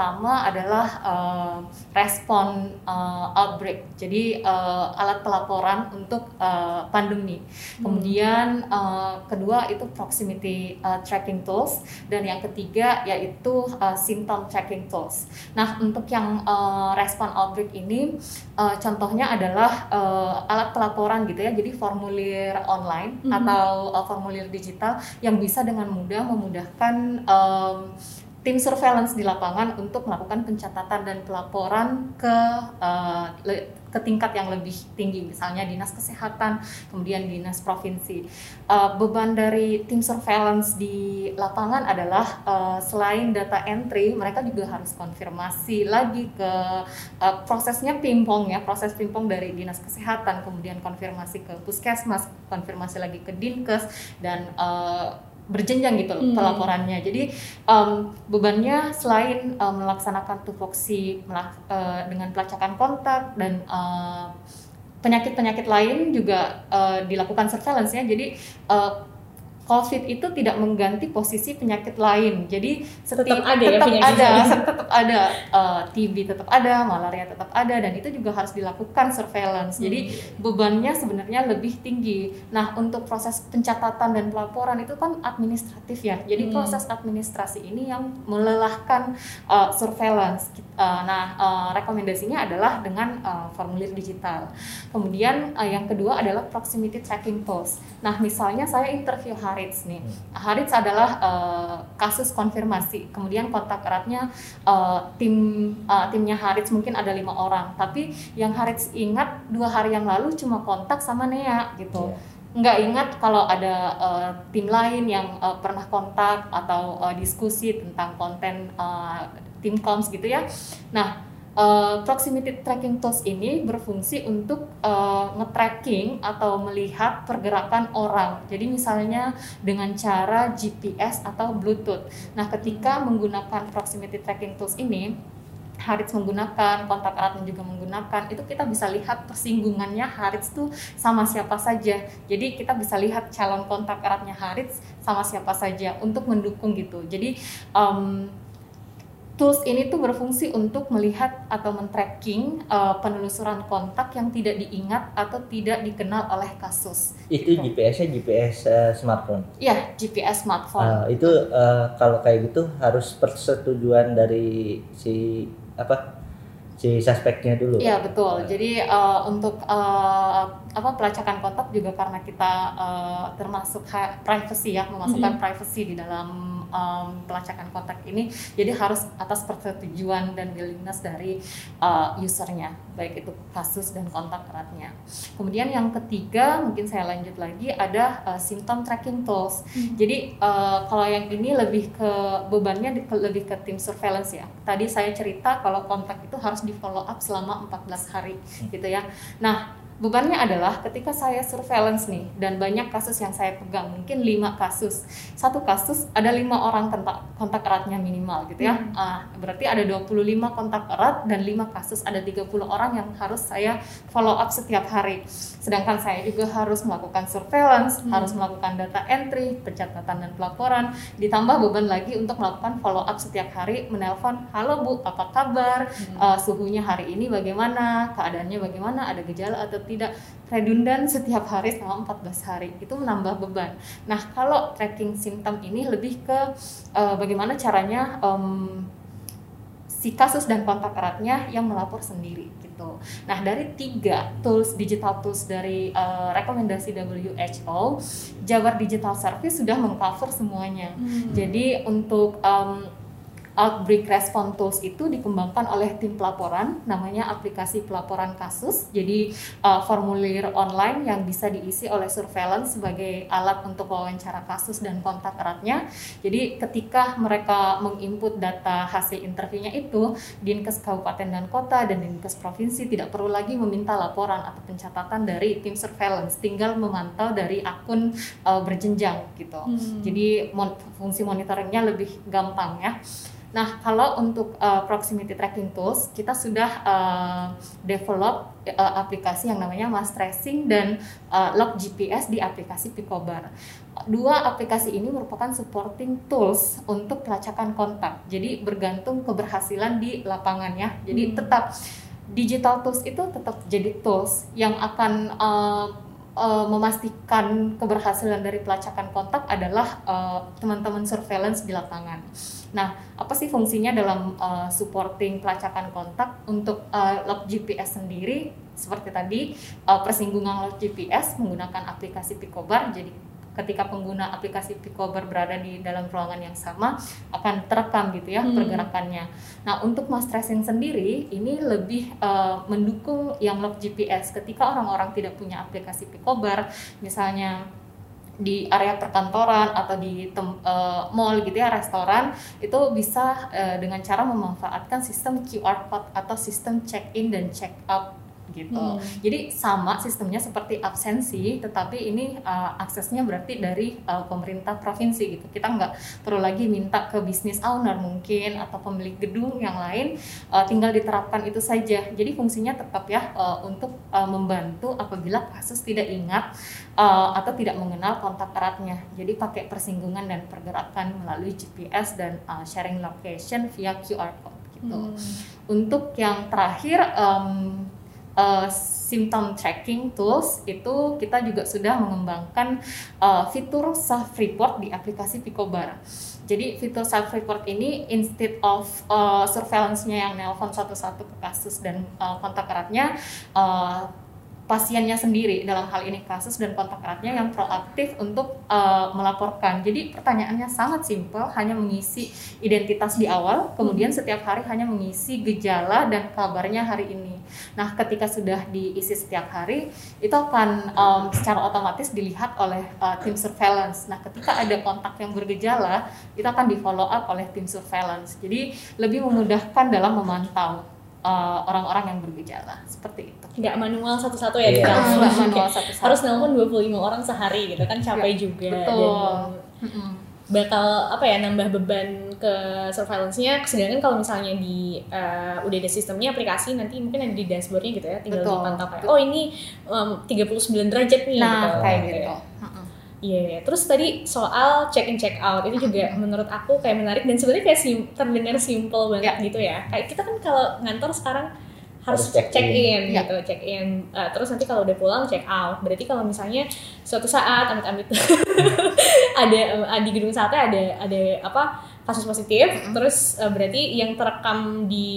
adalah uh, respon uh, outbreak. Jadi uh, alat pelaporan untuk uh, pandemi. Kemudian uh, kedua itu proximity uh, tracking tools, dan yang ketiga yaitu uh, symptom tracking tools. Nah, untuk yang uh, respon outbreak ini uh, contohnya adalah uh, alat pelaporan gitu ya. Jadi formulir online mm-hmm. atau uh, formulir digital yang bisa dengan mudah memudahkan um, tim surveillance di lapangan untuk melakukan pencatatan dan pelaporan ke uh, le- ke tingkat yang lebih tinggi, misalnya dinas kesehatan, kemudian dinas provinsi. Uh, beban dari tim surveillance di lapangan adalah uh, selain data entry, mereka juga harus konfirmasi lagi ke uh, prosesnya pingpong ya, proses pingpong dari dinas kesehatan, kemudian konfirmasi ke puskesmas, konfirmasi lagi ke dinkes, dan uh, berjenjang gitu loh hmm. pelaporannya. Jadi um, bebannya selain um, melaksanakan tupoksi melak- uh, dengan pelacakan kontak dan uh, penyakit-penyakit lain juga uh, dilakukan surveillance-nya. Jadi uh, COVID itu tidak mengganti posisi penyakit lain. Jadi setiap tetap ada tetap ya ada, tetap ada uh, T B tetap ada, malaria tetap ada, dan itu juga harus dilakukan surveillance. Hmm. Jadi bebannya sebenarnya lebih tinggi. Nah, untuk proses pencatatan dan pelaporan itu kan administratif ya. Jadi hmm. proses administrasi ini yang melelahkan uh, surveillance. Uh, nah, uh, rekomendasinya adalah dengan uh, formulir digital. Kemudian uh, yang kedua adalah proximity tracking tools. Nah, misalnya saya interview Harits nih. Harits adalah uh, kasus konfirmasi. Kemudian kontak eratnya uh, tim uh, timnya Harits mungkin ada lima orang. Tapi yang Harits ingat dua hari yang lalu cuma kontak sama Nea gitu. Yeah. Nggak ingat kalau ada uh, tim lain yang uh, pernah kontak atau uh, diskusi tentang konten uh, tim comms gitu ya. Nah, Uh, proximity tracking tools ini berfungsi untuk uh, nge-tracking atau melihat pergerakan orang. Jadi misalnya dengan cara G P S atau Bluetooth. Nah, ketika menggunakan proximity tracking tools ini, Harits menggunakan, kontak eratnya juga menggunakan, itu kita bisa lihat persinggungannya Harits tuh sama siapa saja. Jadi kita bisa lihat calon kontak eratnya Harits sama siapa saja untuk mendukung gitu. Jadi um, tools ini tuh berfungsi untuk melihat atau men-tracking uh, penelusuran kontak yang tidak diingat atau tidak dikenal oleh kasus. Itu gitu. G P S-nya G P S uh, smartphone? Iya, G P S smartphone. Uh, itu uh, kalau kayak gitu harus persetujuan dari si apa si suspeknya dulu. Iya betul. Uh. Jadi uh, untuk uh, apa pelacakan kontak juga karena kita uh, termasuk ha- privacy ya, memasukkan mm-hmm. privacy di dalam Um, pelacakan kontak ini, jadi harus atas persetujuan dan willingness dari uh, usernya, baik itu kasus dan kontak eratnya. Kemudian yang ketiga, mungkin saya lanjut lagi, ada uh, symptom tracking tools. Hmm. Jadi uh, kalau yang ini lebih ke bebannya di, ke, lebih ke tim surveillance ya. Tadi saya cerita kalau kontak itu harus di follow up selama empat belas hari hmm. gitu ya. Nah, bebannya adalah ketika saya surveillance nih dan banyak kasus yang saya pegang, mungkin lima kasus, satu kasus ada lima orang kontak, kontak eratnya minimal gitu ya. hmm. uh, berarti ada dua puluh lima kontak erat dan lima kasus, ada tiga puluh orang yang harus saya follow up setiap hari. Sedangkan saya juga harus melakukan surveillance, hmm. harus melakukan data entry, pencatatan dan pelaporan, ditambah beban lagi untuk melakukan follow up setiap hari, menelpon, halo Bu, apa kabar, hmm. uh, suhunya hari ini bagaimana, keadaannya bagaimana, ada gejala atau tidak, redundan setiap hari selama empat belas hari, itu menambah beban. Nah, kalau tracking simptom ini lebih ke uh, bagaimana caranya um, si kasus dan kontak eratnya yang melapor sendiri gitu. Nah, dari tiga tools, digital tools dari uh, rekomendasi W H O, Jabar Digital Service sudah mengcover semuanya. Hmm. Jadi untuk um, Outbreak Response Tools itu dikembangkan oleh tim pelaporan, namanya aplikasi pelaporan kasus. Jadi uh, formulir online yang bisa diisi oleh surveillance sebagai alat untuk wawancara kasus dan kontak eratnya. Jadi ketika mereka menginput data hasil interviewnya itu, Dinkes Kabupaten dan Kota dan Dinkes Provinsi tidak perlu lagi meminta laporan atau pencatatan dari tim surveillance, tinggal memantau dari akun uh, berjenjang gitu. Hmm. Jadi mon- fungsi monitoringnya lebih gampang ya. Nah, kalau untuk uh, proximity tracking tools, kita sudah uh, develop uh, aplikasi yang namanya Mass Tracing dan uh, Log G P S di aplikasi Picobar. Dua aplikasi ini merupakan supporting tools untuk pelacakan kontak. Jadi bergantung keberhasilan di lapangannya. Jadi hmm. tetap digital tools itu tetap jadi tools yang akan uh, uh, memastikan keberhasilan dari pelacakan kontak adalah uh, teman-teman surveillance di lapangan. Nah, apa sih fungsinya dalam uh, supporting pelacakan kontak? Untuk uh, Log G P S sendiri, seperti tadi, uh, persinggungan Log G P S menggunakan aplikasi Picobar. Jadi ketika pengguna aplikasi Picobar berada di dalam ruangan yang sama, akan terekam gitu ya hmm. pergerakannya. Nah, untuk Mass Tracing sendiri ini lebih uh, mendukung yang Log G P S. Ketika orang-orang tidak punya aplikasi Picobar, misalnya di area perkantoran atau di tem, uh, mall gitu ya, restoran, itu bisa uh, dengan cara memanfaatkan sistem Q R code atau sistem check-in dan check-out gitu. Hmm. Jadi sama sistemnya seperti absensi, tetapi ini uh, aksesnya berarti dari uh, pemerintah provinsi gitu. Kita nggak perlu lagi minta ke business owner mungkin atau pemilik gedung yang lain, uh, tinggal diterapkan itu saja. Jadi fungsinya tetap ya uh, untuk uh, membantu apabila kasus tidak ingat uh, atau tidak mengenal kontak eratnya. Jadi pakai persinggungan dan pergerakan melalui G P S dan uh, sharing location via Q R code gitu. Hmm. Untuk yang terakhir, um, Uh, symptom tracking tools itu kita juga sudah mengembangkan uh, fitur self report di aplikasi Picobar. Jadi fitur self report ini instead of uh, surveillance-nya yang nelpon satu-satu ke kasus dan uh, kontak eratnya, uh, pasiennya sendiri dalam hal ini kasus dan kontak eratnya yang proaktif untuk uh, melaporkan. Jadi pertanyaannya sangat simpel, hanya mengisi identitas di awal, kemudian setiap hari hanya mengisi gejala dan kabarnya hari ini. Nah, ketika sudah diisi setiap hari, itu akan um, secara otomatis dilihat oleh uh, tim surveillance. Nah, ketika ada kontak yang bergejala, itu akan di follow up oleh tim surveillance. Jadi lebih memudahkan dalam memantau Uh, orang-orang yang bergejala, seperti itu. Nggak manual satu-satu ya, yeah. di Nggak manual satu-satu. Harus nelpon dua puluh lima orang sehari gitu kan, capek yeah. juga. Betul. Dan bakal apa ya, nambah beban ke surveillance-nya. Sedangkan kalau misalnya di uh, udah ada sistemnya, aplikasi, nanti mungkin ada di dashboard-nya gitu ya, tinggal Betul. dipantau kayak, oh ini um, tiga puluh sembilan derajat nih. Nah, gitu. kayak gitu. Ya. Iya, yeah. Terus tadi soal check in check out itu juga mm-hmm. menurut aku kayak menarik dan sebenarnya kayak sim- terdengar simple banget yeah. gitu ya. Kayak kita kan kalau ngantor sekarang harus, harus check, check in, in yeah. gitu, check in. Uh, terus nanti kalau udah pulang check out. Berarti kalau misalnya suatu saat amit-amit ada uh, di gedung sate ada ada apa kasus positif, mm-hmm. terus uh, berarti yang terekam di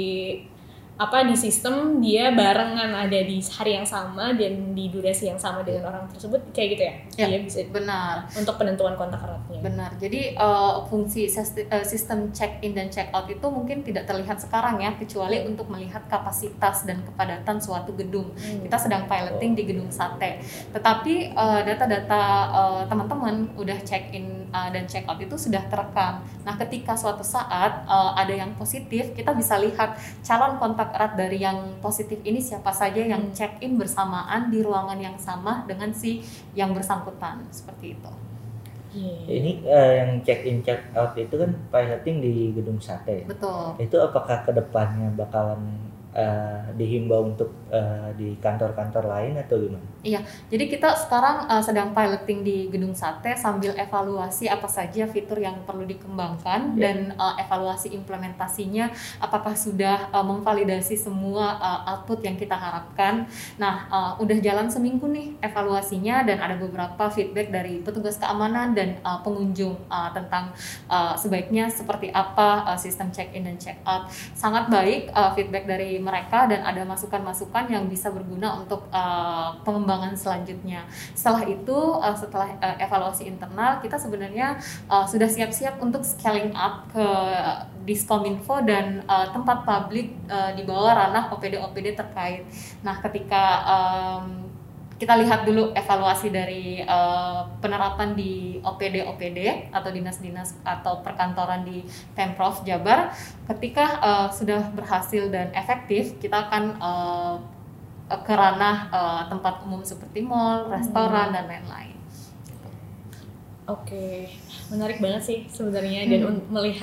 apa di sistem dia barengan ada di hari yang sama dan di durasi yang sama dengan orang tersebut, kayak gitu ya? Ya, dia bisa benar. Untuk penentuan kontak eratnya. Benar. Jadi uh, fungsi sistem check in dan check out itu mungkin tidak terlihat sekarang ya, kecuali hmm. untuk melihat kapasitas dan kepadatan suatu gedung. Hmm. Kita sedang piloting di gedung sate. Tetapi uh, data-data uh, teman-teman udah check in uh, dan check out itu sudah terekam. Nah, ketika suatu saat uh, ada yang positif, kita bisa lihat calon kontak erat dari yang positif ini siapa saja yang check in bersamaan di ruangan yang sama dengan si yang bersangkutan, seperti itu. Yeah. Ini uh, yang check in check out itu kan piloting di gedung sate. Betul. Itu apakah kedepannya bakalan uh, dihimbau untuk uh, di kantor-kantor lain atau gimana? Iya, jadi kita sekarang uh, sedang piloting di gedung sate sambil evaluasi apa saja fitur yang perlu dikembangkan yeah. dan uh, evaluasi implementasinya apakah sudah uh, memvalidasi semua uh, output yang kita harapkan. Nah, uh, udah jalan seminggu nih evaluasinya dan ada beberapa feedback dari petugas keamanan dan uh, pengunjung uh, tentang uh, sebaiknya seperti apa uh, sistem check in dan check out. Sangat baik uh, feedback dari mereka dan ada masukan-masukan yang bisa berguna untuk uh, pengembangan pengembangan selanjutnya. Setelah itu, uh, setelah uh, evaluasi internal, kita sebenarnya uh, sudah siap-siap untuk scaling up ke Diskominfo dan uh, tempat publik uh, di bawah ranah O P D-O P D terkait. Nah, ketika um, kita lihat dulu evaluasi dari uh, penerapan di O P D-O P D atau dinas-dinas atau perkantoran di Pemprov Jabar, ketika uh, sudah berhasil dan efektif, kita akan uh, ke ranah uh, tempat umum seperti mall, restoran, hmm. dan lain-lain. Oke, menarik banget sih sebenarnya hmm. dan un- melihat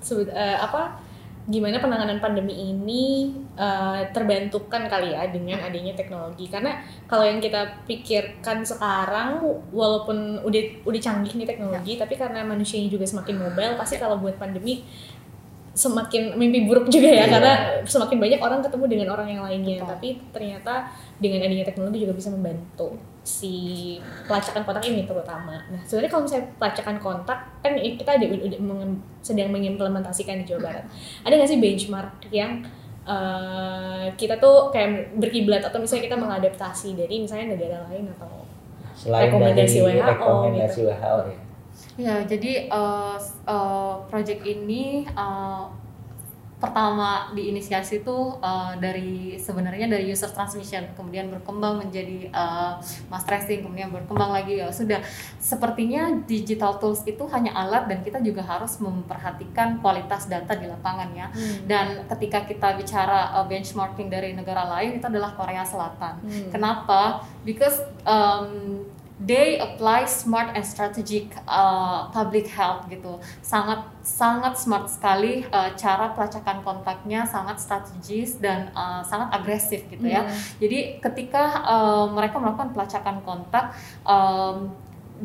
sebe- uh, apa gimana penanganan pandemi ini uh, terbantukan kali ya dengan adanya teknologi. Karena kalau yang kita pikirkan sekarang walaupun udah udah canggih nih teknologi, ya. Tapi karena manusianya juga semakin mobile, pasti kalau buat pandemi semakin mimpi buruk juga ya, yeah. Karena semakin banyak orang ketemu dengan orang yang lainnya. Betul. Tapi ternyata dengan adanya teknologi juga bisa membantu si pelacakan kontak ini terutama. Nah sebenarnya kalau misalnya pelacakan kontak kan kita ada udah sedang mengimplementasikan di Jawa Barat. Ada nggak sih benchmark yang uh, kita tuh kayak berkiblat atau misalnya kita mengadaptasi dari misalnya negara lain atau selain rekomendasi dari W H O rekomendasi gitu? W H O ya. Ya, jadi uh, uh, project ini uh, pertama diinisiasi tuh uh, dari sebenarnya dari user transmission, kemudian berkembang menjadi uh, mass tracing, kemudian berkembang lagi ya sudah. Sepertinya digital tools itu hanya alat dan kita juga harus memperhatikan kualitas data di lapangan ya. Hmm. Dan ketika kita bicara uh, benchmarking dari negara lain itu adalah Korea Selatan. Hmm. Kenapa? Because um, they apply smart and strategic uh, public health gitu, sangat sangat smart sekali uh, cara pelacakan kontaknya, sangat strategis dan uh, sangat agresif gitu ya. Hmm. Jadi ketika uh, mereka melakukan pelacakan kontak, um,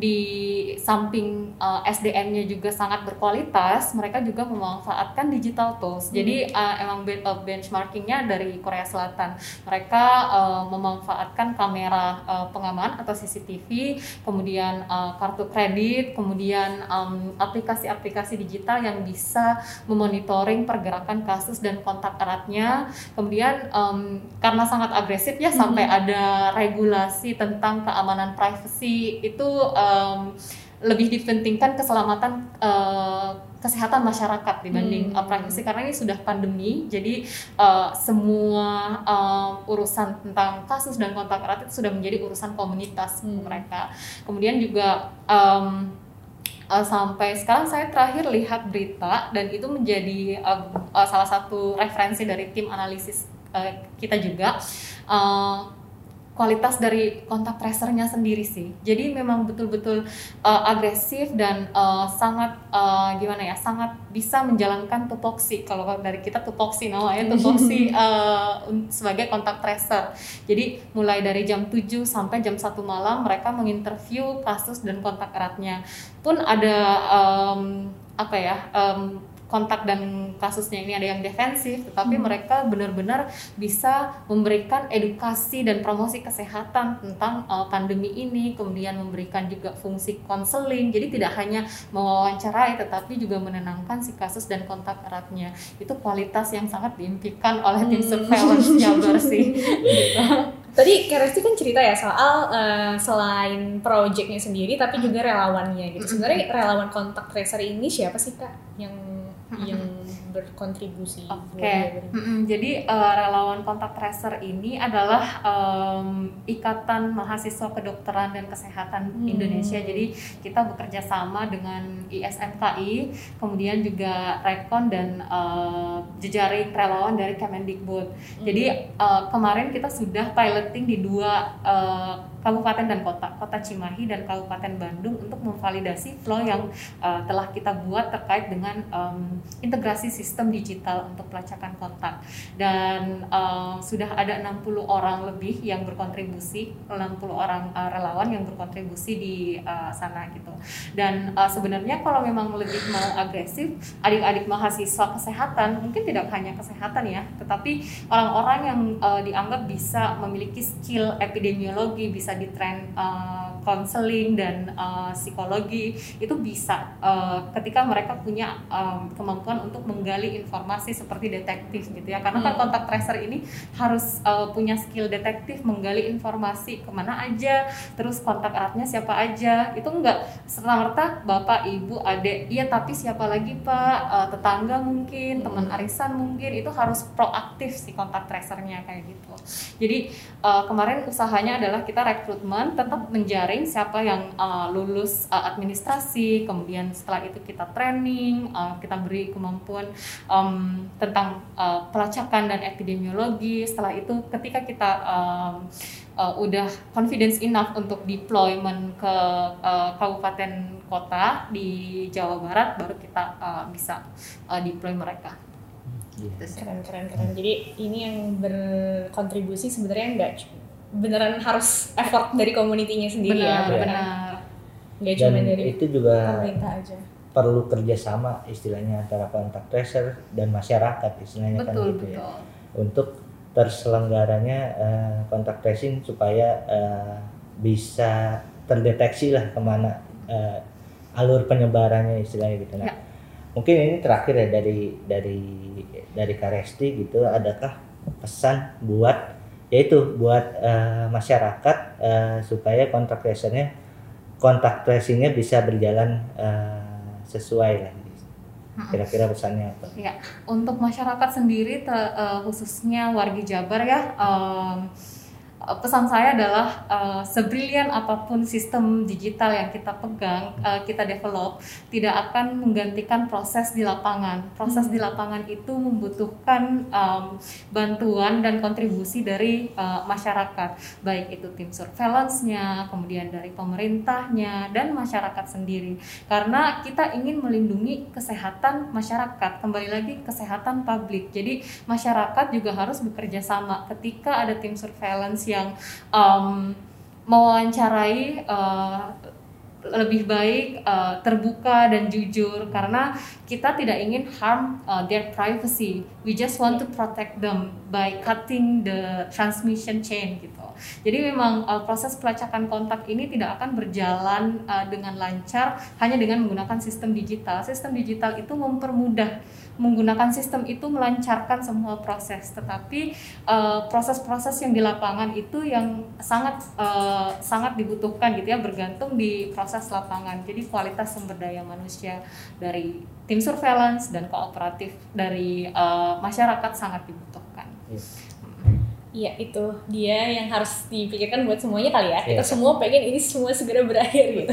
di samping uh, S D M-nya juga sangat berkualitas, mereka juga memanfaatkan digital tools. Hmm. Jadi uh, emang be- uh, benchmarkingnya dari Korea Selatan. Mereka uh, memanfaatkan kamera uh, pengaman atau C C T V, kemudian uh, kartu kredit, kemudian um, aplikasi-aplikasi digital yang bisa memonitoring pergerakan kasus dan kontak eratnya. Kemudian um, karena sangat agresif ya, hmm. sampai ada regulasi tentang keamanan privacy itu Um, lebih dipentingkan keselamatan uh, kesehatan masyarakat dibanding hmm. uh, privacy, karena ini sudah pandemi. Jadi uh, semua uh, urusan tentang kasus dan kontak erat itu sudah menjadi urusan komunitas hmm. mereka. Kemudian juga um, uh, sampai sekarang saya terakhir lihat berita dan itu menjadi uh, uh, salah satu referensi dari tim analisis uh, kita juga. Uh, kualitas dari kontak tracernya sendiri sih. Jadi memang betul-betul uh, agresif dan uh, sangat uh, gimana ya, sangat bisa menjalankan tupoksi. Kalau dari kita tupoksi namanya tupoksi uh, sebagai kontak tracer. Jadi mulai dari jam tujuh sampai jam satu malam mereka menginterview kasus dan kontak eratnya. Pun ada um, apa ya? Um, kontak dan kasusnya ini ada yang defensif, tetapi hmm. mereka benar-benar bisa memberikan edukasi dan promosi kesehatan tentang uh, pandemi ini, kemudian memberikan juga fungsi konseling. Jadi tidak hanya mewawancarai, tetapi juga menenangkan si kasus dan kontak eratnya. Itu kualitas yang sangat diimpikan oleh tim surveillance Jabar sih. Tadi Kak Resti kan cerita ya soal uh, selain projectnya sendiri, tapi juga relawannya gitu. Sebenarnya relawan kontak tracer ini siapa sih Kak yang yang berkontribusi? Oke, okay. mm-hmm. Jadi uh, relawan kontak tracer ini adalah um, Ikatan Mahasiswa Kedokteran dan Kesehatan hmm. Indonesia. Jadi kita bekerja sama dengan I S M K I, kemudian juga Rekon dan uh, jejaring relawan dari Kemendikbud. Hmm. Jadi uh, kemarin kita sudah piloting di dua uh, kabupaten dan kota, Kota Cimahi dan Kabupaten Bandung untuk memvalidasi flow yang uh, telah kita buat terkait dengan um, integrasi sistem digital untuk pelacakan kontak. Dan uh, sudah ada enam puluh orang lebih yang berkontribusi, enam puluh orang uh, relawan yang berkontribusi di uh, sana gitu. Dan uh, sebenarnya kalau memang lebih mau agresif, adik-adik mahasiswa kesehatan, mungkin tidak hanya kesehatan ya, tetapi orang-orang yang uh, dianggap bisa memiliki skill epidemiologi, bisa di tren konseling uh, dan uh, psikologi, itu bisa uh, ketika mereka punya um, kemampuan untuk menggali informasi seperti detektif gitu ya, karena kan hmm. kontak tracer ini harus uh, punya skill detektif, menggali informasi kemana aja, terus kontak eratnya siapa aja, itu enggak serta-merta bapak, ibu, adik, iya tapi siapa lagi pak, uh, tetangga mungkin, hmm. teman arisan mungkin, itu harus proaktif si kontak tracernya kayak gitu. Jadi uh, kemarin usahanya adalah kita rekrutmen, tetap menjaring pilih siapa yang uh, lulus uh, administrasi, kemudian setelah itu kita training, uh, kita beri kemampuan um, tentang uh, pelacakan dan epidemiologi. Setelah itu ketika kita um, uh, udah confidence enough untuk deployment ke uh, kabupaten kota di Jawa Barat, baru kita uh, bisa uh, deploy mereka. Keren keren keren. Jadi ini yang berkontribusi sebenarnya nggak beneran harus effort dari komunitinya sendiri. Benar, ya. Benar. Nggak cuma dari itu juga pemerintah aja. Perlu kerjasama istilahnya antara kontak tracer dan masyarakat istilahnya. Betul, kan gitu betul. ya. Untuk terselenggaranya uh, kontak tracing supaya uh, bisa terdeteksi lah kemana uh, alur penyebarannya istilahnya gitu. Nah, ya. Mungkin ini terakhir ya dari dari dari Kak Resti gitu, adakah pesan buat yaitu buat uh, masyarakat uh, supaya kontak tracernya kontak tracingnya bisa berjalan uh, sesuai lah. Kira-kira pesannya apa? Ya, untuk masyarakat sendiri te, uh, khususnya wargi Jabar ya, um, pesan saya adalah uh, sebrilian apapun sistem digital yang kita pegang, uh, kita develop, tidak akan menggantikan proses di lapangan. Proses hmm. di lapangan itu membutuhkan um, bantuan dan kontribusi dari uh, masyarakat, baik itu tim surveillance-nya, kemudian dari pemerintahnya, dan masyarakat sendiri. Karena kita ingin melindungi kesehatan masyarakat, kembali lagi kesehatan publik. Jadi masyarakat juga harus bekerja sama ketika ada tim surveillance yang um, mewawancarai uh, lebih baik uh, terbuka dan jujur, karena kita tidak ingin harm uh, their privacy. We just want to protect them by cutting the transmission chain gitu. Jadi memang uh, proses pelacakan kontak ini tidak akan berjalan uh, dengan lancar hanya dengan menggunakan sistem digital. Sistem digital itu mempermudah, menggunakan sistem itu melancarkan semua proses, tetapi uh, proses-proses yang di lapangan itu yang sangat uh, sangat dibutuhkan gitu ya, bergantung di proses lapangan. Jadi kualitas sumber daya manusia dari tim surveillance dan kooperatif dari uh, masyarakat sangat dibutuhkan. Yes. Iya, itu dia yang harus dipikirkan buat semuanya kali ya. Kita Yeah. semua pengen ini semua segera berakhir gitu.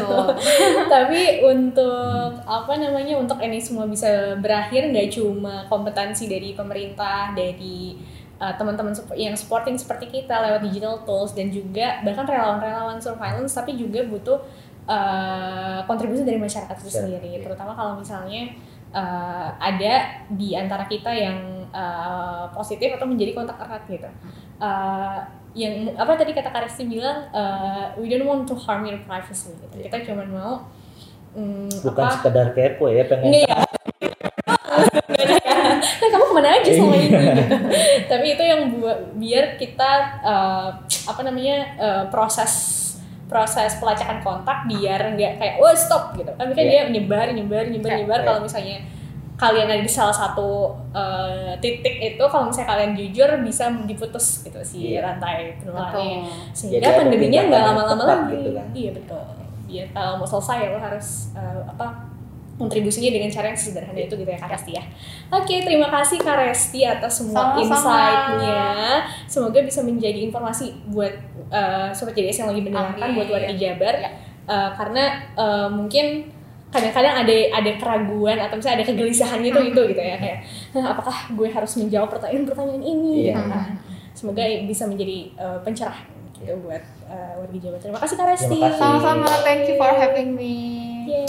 Tapi untuk apa namanya, untuk ini semua bisa berakhir, nggak cuma kompetensi dari pemerintah, dari uh, teman-teman yang supporting seperti kita lewat digital tools, dan juga bahkan relawan-relawan surveillance, tapi juga butuh uh, kontribusi dari masyarakat itu sendiri. Terutama kalau misalnya uh, ada di antara kita yang uh, positif atau menjadi kontak erat gitu. Uh, yang apa tadi kata Kak Resti bilang, uh, we don't want to harm your privacy gitu. Kita cuma mau um, bukan apa, sekedar kepo ya, pengen nggak ya. Kan kamu kemana aja selama ini gitu. Tapi itu yang buat biar kita uh, apa namanya uh, proses proses pelacakan kontak biar nggak kayak oh stop gitu. Tapi kan yeah. dia nyebar nyebar nyebar yeah. nyebar. Yeah. Kalau misalnya kalian ada di salah satu uh, titik itu, kalau misalnya kalian jujur bisa diputus gitu si yeah. rantai penularannya, sehingga pandeminya nggak lama-lama lagi. Gitu kan? Iya betul. Biar kalau mau selesai lo harus uh, apa kontribusinya dengan cara yang sederhana itu gitu ya Kak Resti ya. Oke, terima kasih Kak Resti atas semua Sama-sama. insight-nya. Semoga bisa menjadi informasi buat uh, Sobat J D S yang lagi mendengarkan, buat warga Jabar. Ya. Uh, karena uh, mungkin kadang-kadang ada ada keraguan atau misalnya ada kegelisahan gitu itu gitu ya, kayak apakah gue harus menjawab pertanyaan-pertanyaan ini yeah. ya. Semoga bisa menjadi uh, pencerahan gitu buat uh, warga Jabar. Terima kasih Kak Resti. Sama-sama, thank you for having me. Yay.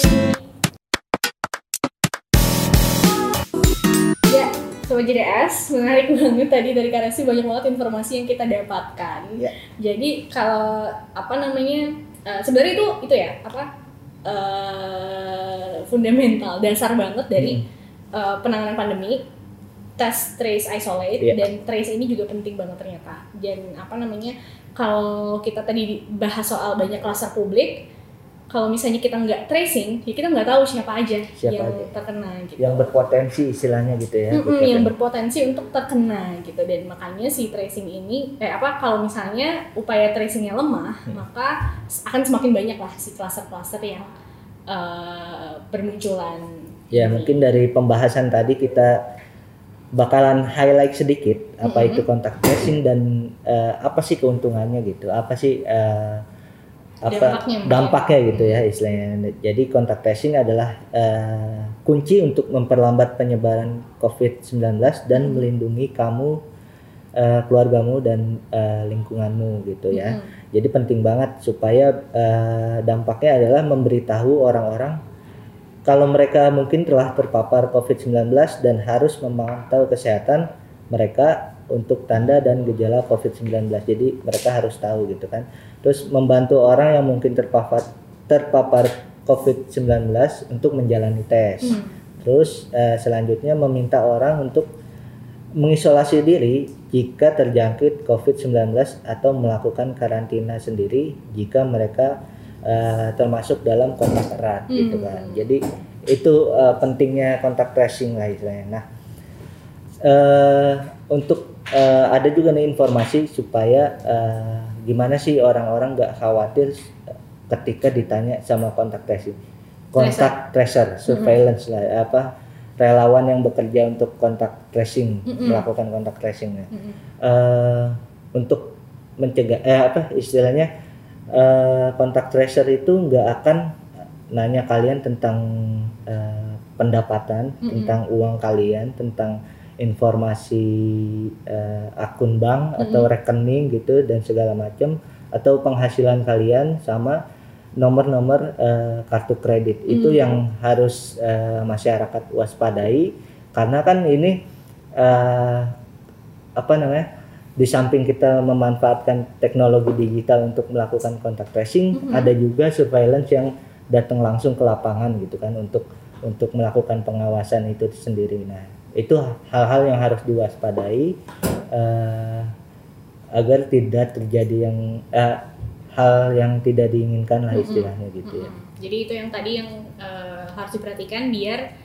Ya, Sobat J D S, menarik banget tadi dari Kak Resti, banyak banget informasi yang kita dapatkan. Yeah. Jadi kalau apa namanya, uh, sebenarnya itu itu ya apa? Uh, fundamental, dasar banget dari hmm. uh, penanganan pandemi, test, trace, isolate, yeah. dan trace ini juga penting banget ternyata. Dan apa namanya, kalau kita tadi bahas soal banyak kluster publik, kalau misalnya kita nggak tracing, ya kita nggak tahu siapa aja siapa yang aja. terkena gitu. Yang berpotensi istilahnya gitu ya. Mm-mm, yang berpotensi untuk terkena gitu. Dan makanya si tracing ini, eh apa kalau misalnya upaya tracingnya lemah, hmm. maka akan semakin banyak lah si kluster-kluster yang uh, bermunculan. Ya ini. Mungkin dari pembahasan tadi kita bakalan highlight sedikit apa mm-hmm. itu kontak tracing dan uh, apa sih keuntungannya gitu. Apa sih uh, apa Dampaknya mungkin. dampaknya gitu ya istilahnya. Jadi kontak tracing adalah uh, kunci untuk memperlambat penyebaran covid sembilan belas dan Hmm. melindungi kamu, uh, keluargamu dan uh, lingkunganmu gitu ya. Hmm. Jadi penting banget supaya uh, dampaknya adalah memberitahu orang-orang kalau mereka mungkin telah terpapar covid sembilan belas dan harus memantau kesehatan mereka untuk tanda dan gejala covid sembilan belas. Jadi mereka harus tahu gitu kan. Terus membantu orang yang mungkin terpapar terpapar covid sembilan belas untuk menjalani tes. Hmm. Terus eh, selanjutnya meminta orang untuk mengisolasi diri jika terjangkit covid sembilan belas atau melakukan karantina sendiri jika mereka eh, termasuk dalam kontak erat Hmm. gitu kan. Jadi itu eh, pentingnya kontak tracing lah istilahnya. Nah, eh, untuk Uh, ada juga nih informasi supaya uh, gimana sih orang-orang nggak khawatir ketika ditanya sama kontak tracing, kontak tracer, surveillance mm-hmm. lah apa relawan yang bekerja untuk kontak tracing, mm-hmm. melakukan kontak tracingnya, mm-hmm. uh, untuk mencegah eh apa istilahnya uh, kontak tracer itu nggak akan nanya kalian tentang uh, pendapatan, mm-hmm. tentang uang kalian, tentang informasi uh, akun bank mm-hmm. atau rekening gitu dan segala macam, atau penghasilan kalian sama nomor-nomor uh, kartu kredit. Mm-hmm. Itu yang harus uh, masyarakat waspadai, karena kan ini uh, apa namanya, di samping kita memanfaatkan teknologi digital untuk melakukan kontak tracing, mm-hmm. ada juga surveillance yang datang langsung ke lapangan gitu kan untuk untuk melakukan pengawasan itu sendiri. Nah, itu hal-hal yang harus diwaspadai uh, agar tidak terjadi yang uh, hal yang tidak diinginkan lah istilahnya mm-hmm. gitu ya. Mm-hmm. Jadi itu yang tadi yang uh, harus diperhatikan biar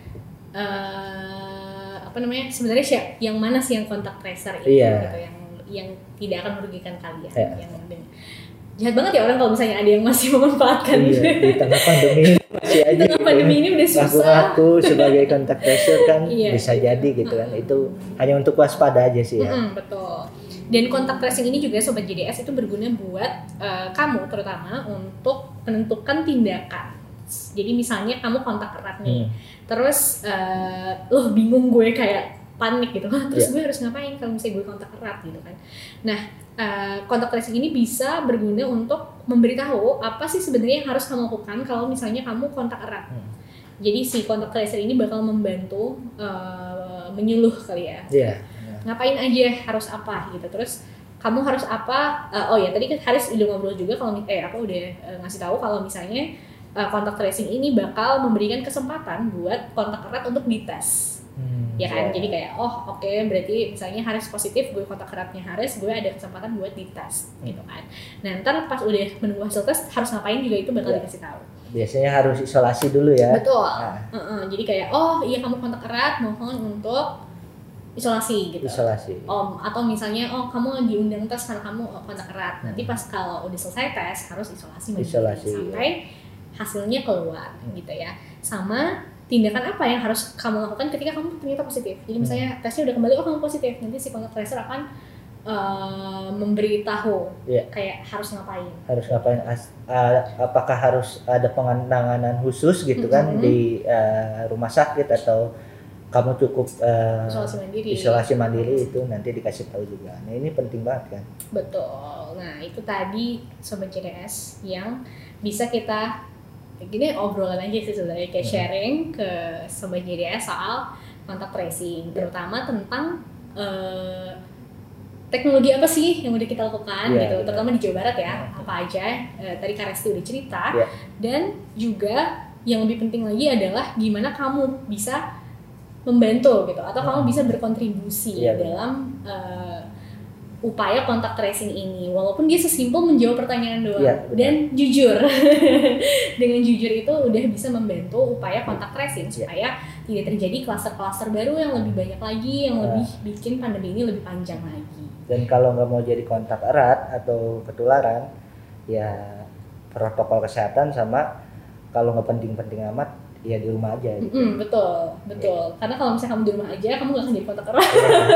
uh, apa namanya sebenarnya siapa yang mana sih yang kontak tracer itu yeah. gitu yang yang tidak akan merugikan kalian. Yeah. Yang jahat banget ya orang kalau misalnya ada yang masih memanfaatkan. Iya, di tengah pandemi masih aja. Di tengah pandemi ini udah susah. Aku sebagai kontak tracer kan iya, bisa iya. jadi gitu kan. Itu hanya untuk waspada aja sih ya. Mm-hmm, betul. Dan kontak tracing ini juga Sobat J D S itu berguna buat uh, kamu terutama untuk menentukan tindakan. Jadi misalnya kamu kontak erat nih, hmm. terus uh, loh bingung gue kayak panik gitu, terus yeah. gue harus ngapain kalau misalnya gue kontak erat gitu kan. Nah, uh, kontak tracing ini bisa berguna untuk memberitahu apa sih sebenarnya yang harus kamu lakukan kalau misalnya kamu kontak erat. Hmm. Jadi si kontak tracer ini bakal membantu uh, menyuluh kali ya. Yeah. Ngapain aja, harus apa gitu. Terus kamu harus apa? Uh, oh ya tadi kan Haris udah ngobrol juga kalau eh aku udah uh, ngasih tahu kalau misalnya uh, kontak tracing ini bakal memberikan kesempatan buat kontak erat untuk dites. Hmm, ya kan, yeah. Jadi kayak oh oke okay, berarti misalnya Haris positif, gue kontak eratnya Haris, gue ada kesempatan buat dites hmm. gitu kan. Nah ntar pas udah menunggu hasil tes harus ngapain juga itu bakal yeah. dikasih tahu. Biasanya harus isolasi dulu ya. Betul. Nah. Uh-uh. Jadi kayak oh iya kamu kontak erat, mohon untuk isolasi gitu. Isolasi. Om atau misalnya oh kamu diundang tes karena kamu kontak erat. Hmm. Nanti pas kalau udah selesai tes harus isolasi, isolasi sampai ya. hasilnya keluar hmm. gitu ya. Sama tindakan apa yang harus kamu lakukan ketika kamu ternyata positif. Jadi misalnya hmm. tesnya udah kembali oh kamu positif, nanti si kontak tracer akan uh, memberitahu yeah. kayak harus ngapain. Harus ngapain? As, uh, apakah harus ada penanganan khusus gitu mm-hmm. kan di uh, rumah sakit atau kamu cukup uh, isolasi mandiri. Isolasi mandiri itu nanti dikasih tahu juga. Nah ini penting banget kan. Betul. Nah itu tadi Sobat J D S yang bisa kita gini obrolan aja sih sebenarnya kayak hmm. sharing ke Sobat J D S soal kontak tracing, terutama tentang uh, teknologi apa sih yang udah kita lakukan yeah, gitu, benar. Terutama di Jawa Barat ya, hmm. apa aja. Uh, tadi Kak Resti udah cerita, yeah. dan juga yang lebih penting lagi adalah gimana kamu bisa membantu gitu, atau hmm. kamu bisa berkontribusi yeah, dalam uh, upaya kontak tracing ini, walaupun dia sesimpel menjawab pertanyaan doang ya, dan jujur. Dengan jujur itu udah bisa membantu upaya kontak tracing supaya ya. tidak terjadi klaster-klaster baru yang lebih banyak lagi, yang ya. lebih bikin pandemi ini lebih panjang lagi. Dan kalau nggak mau jadi kontak erat atau ketularan, ya protokol kesehatan sama kalau nggak penting-penting amat ya di rumah aja gitu. Mm-mm, betul, betul. Karena kalau misalnya kamu di rumah aja, kamu nggak akan jadi kontak erat.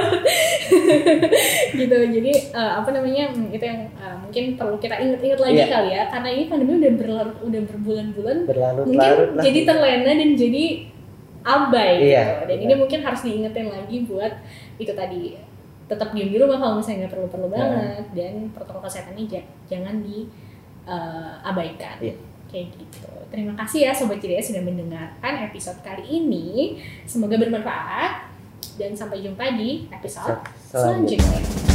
Gitu. Jadi uh, apa namanya? hmm, itu yang uh, mungkin perlu kita ingat-ingat lagi Iya. kali ya. Karena ini pandemi udah berlarut, udah berbulan-bulan. Mungkin Berlarut-larut lah. jadi terlena dan jadi abai Iya, gitu. Dan benar. ini mungkin harus diingetin lagi buat itu tadi, tetap diam di rumah kalau misalnya nggak perlu-perlu banget, dan protokol kesehatannya j- jangan diabaikan. Iya. Kayak gitu. Terima kasih ya Sobat C D S sudah mendengarkan episode kali ini. Semoga bermanfaat dan sampai jumpa di episode Selanjutnya. selanjutnya.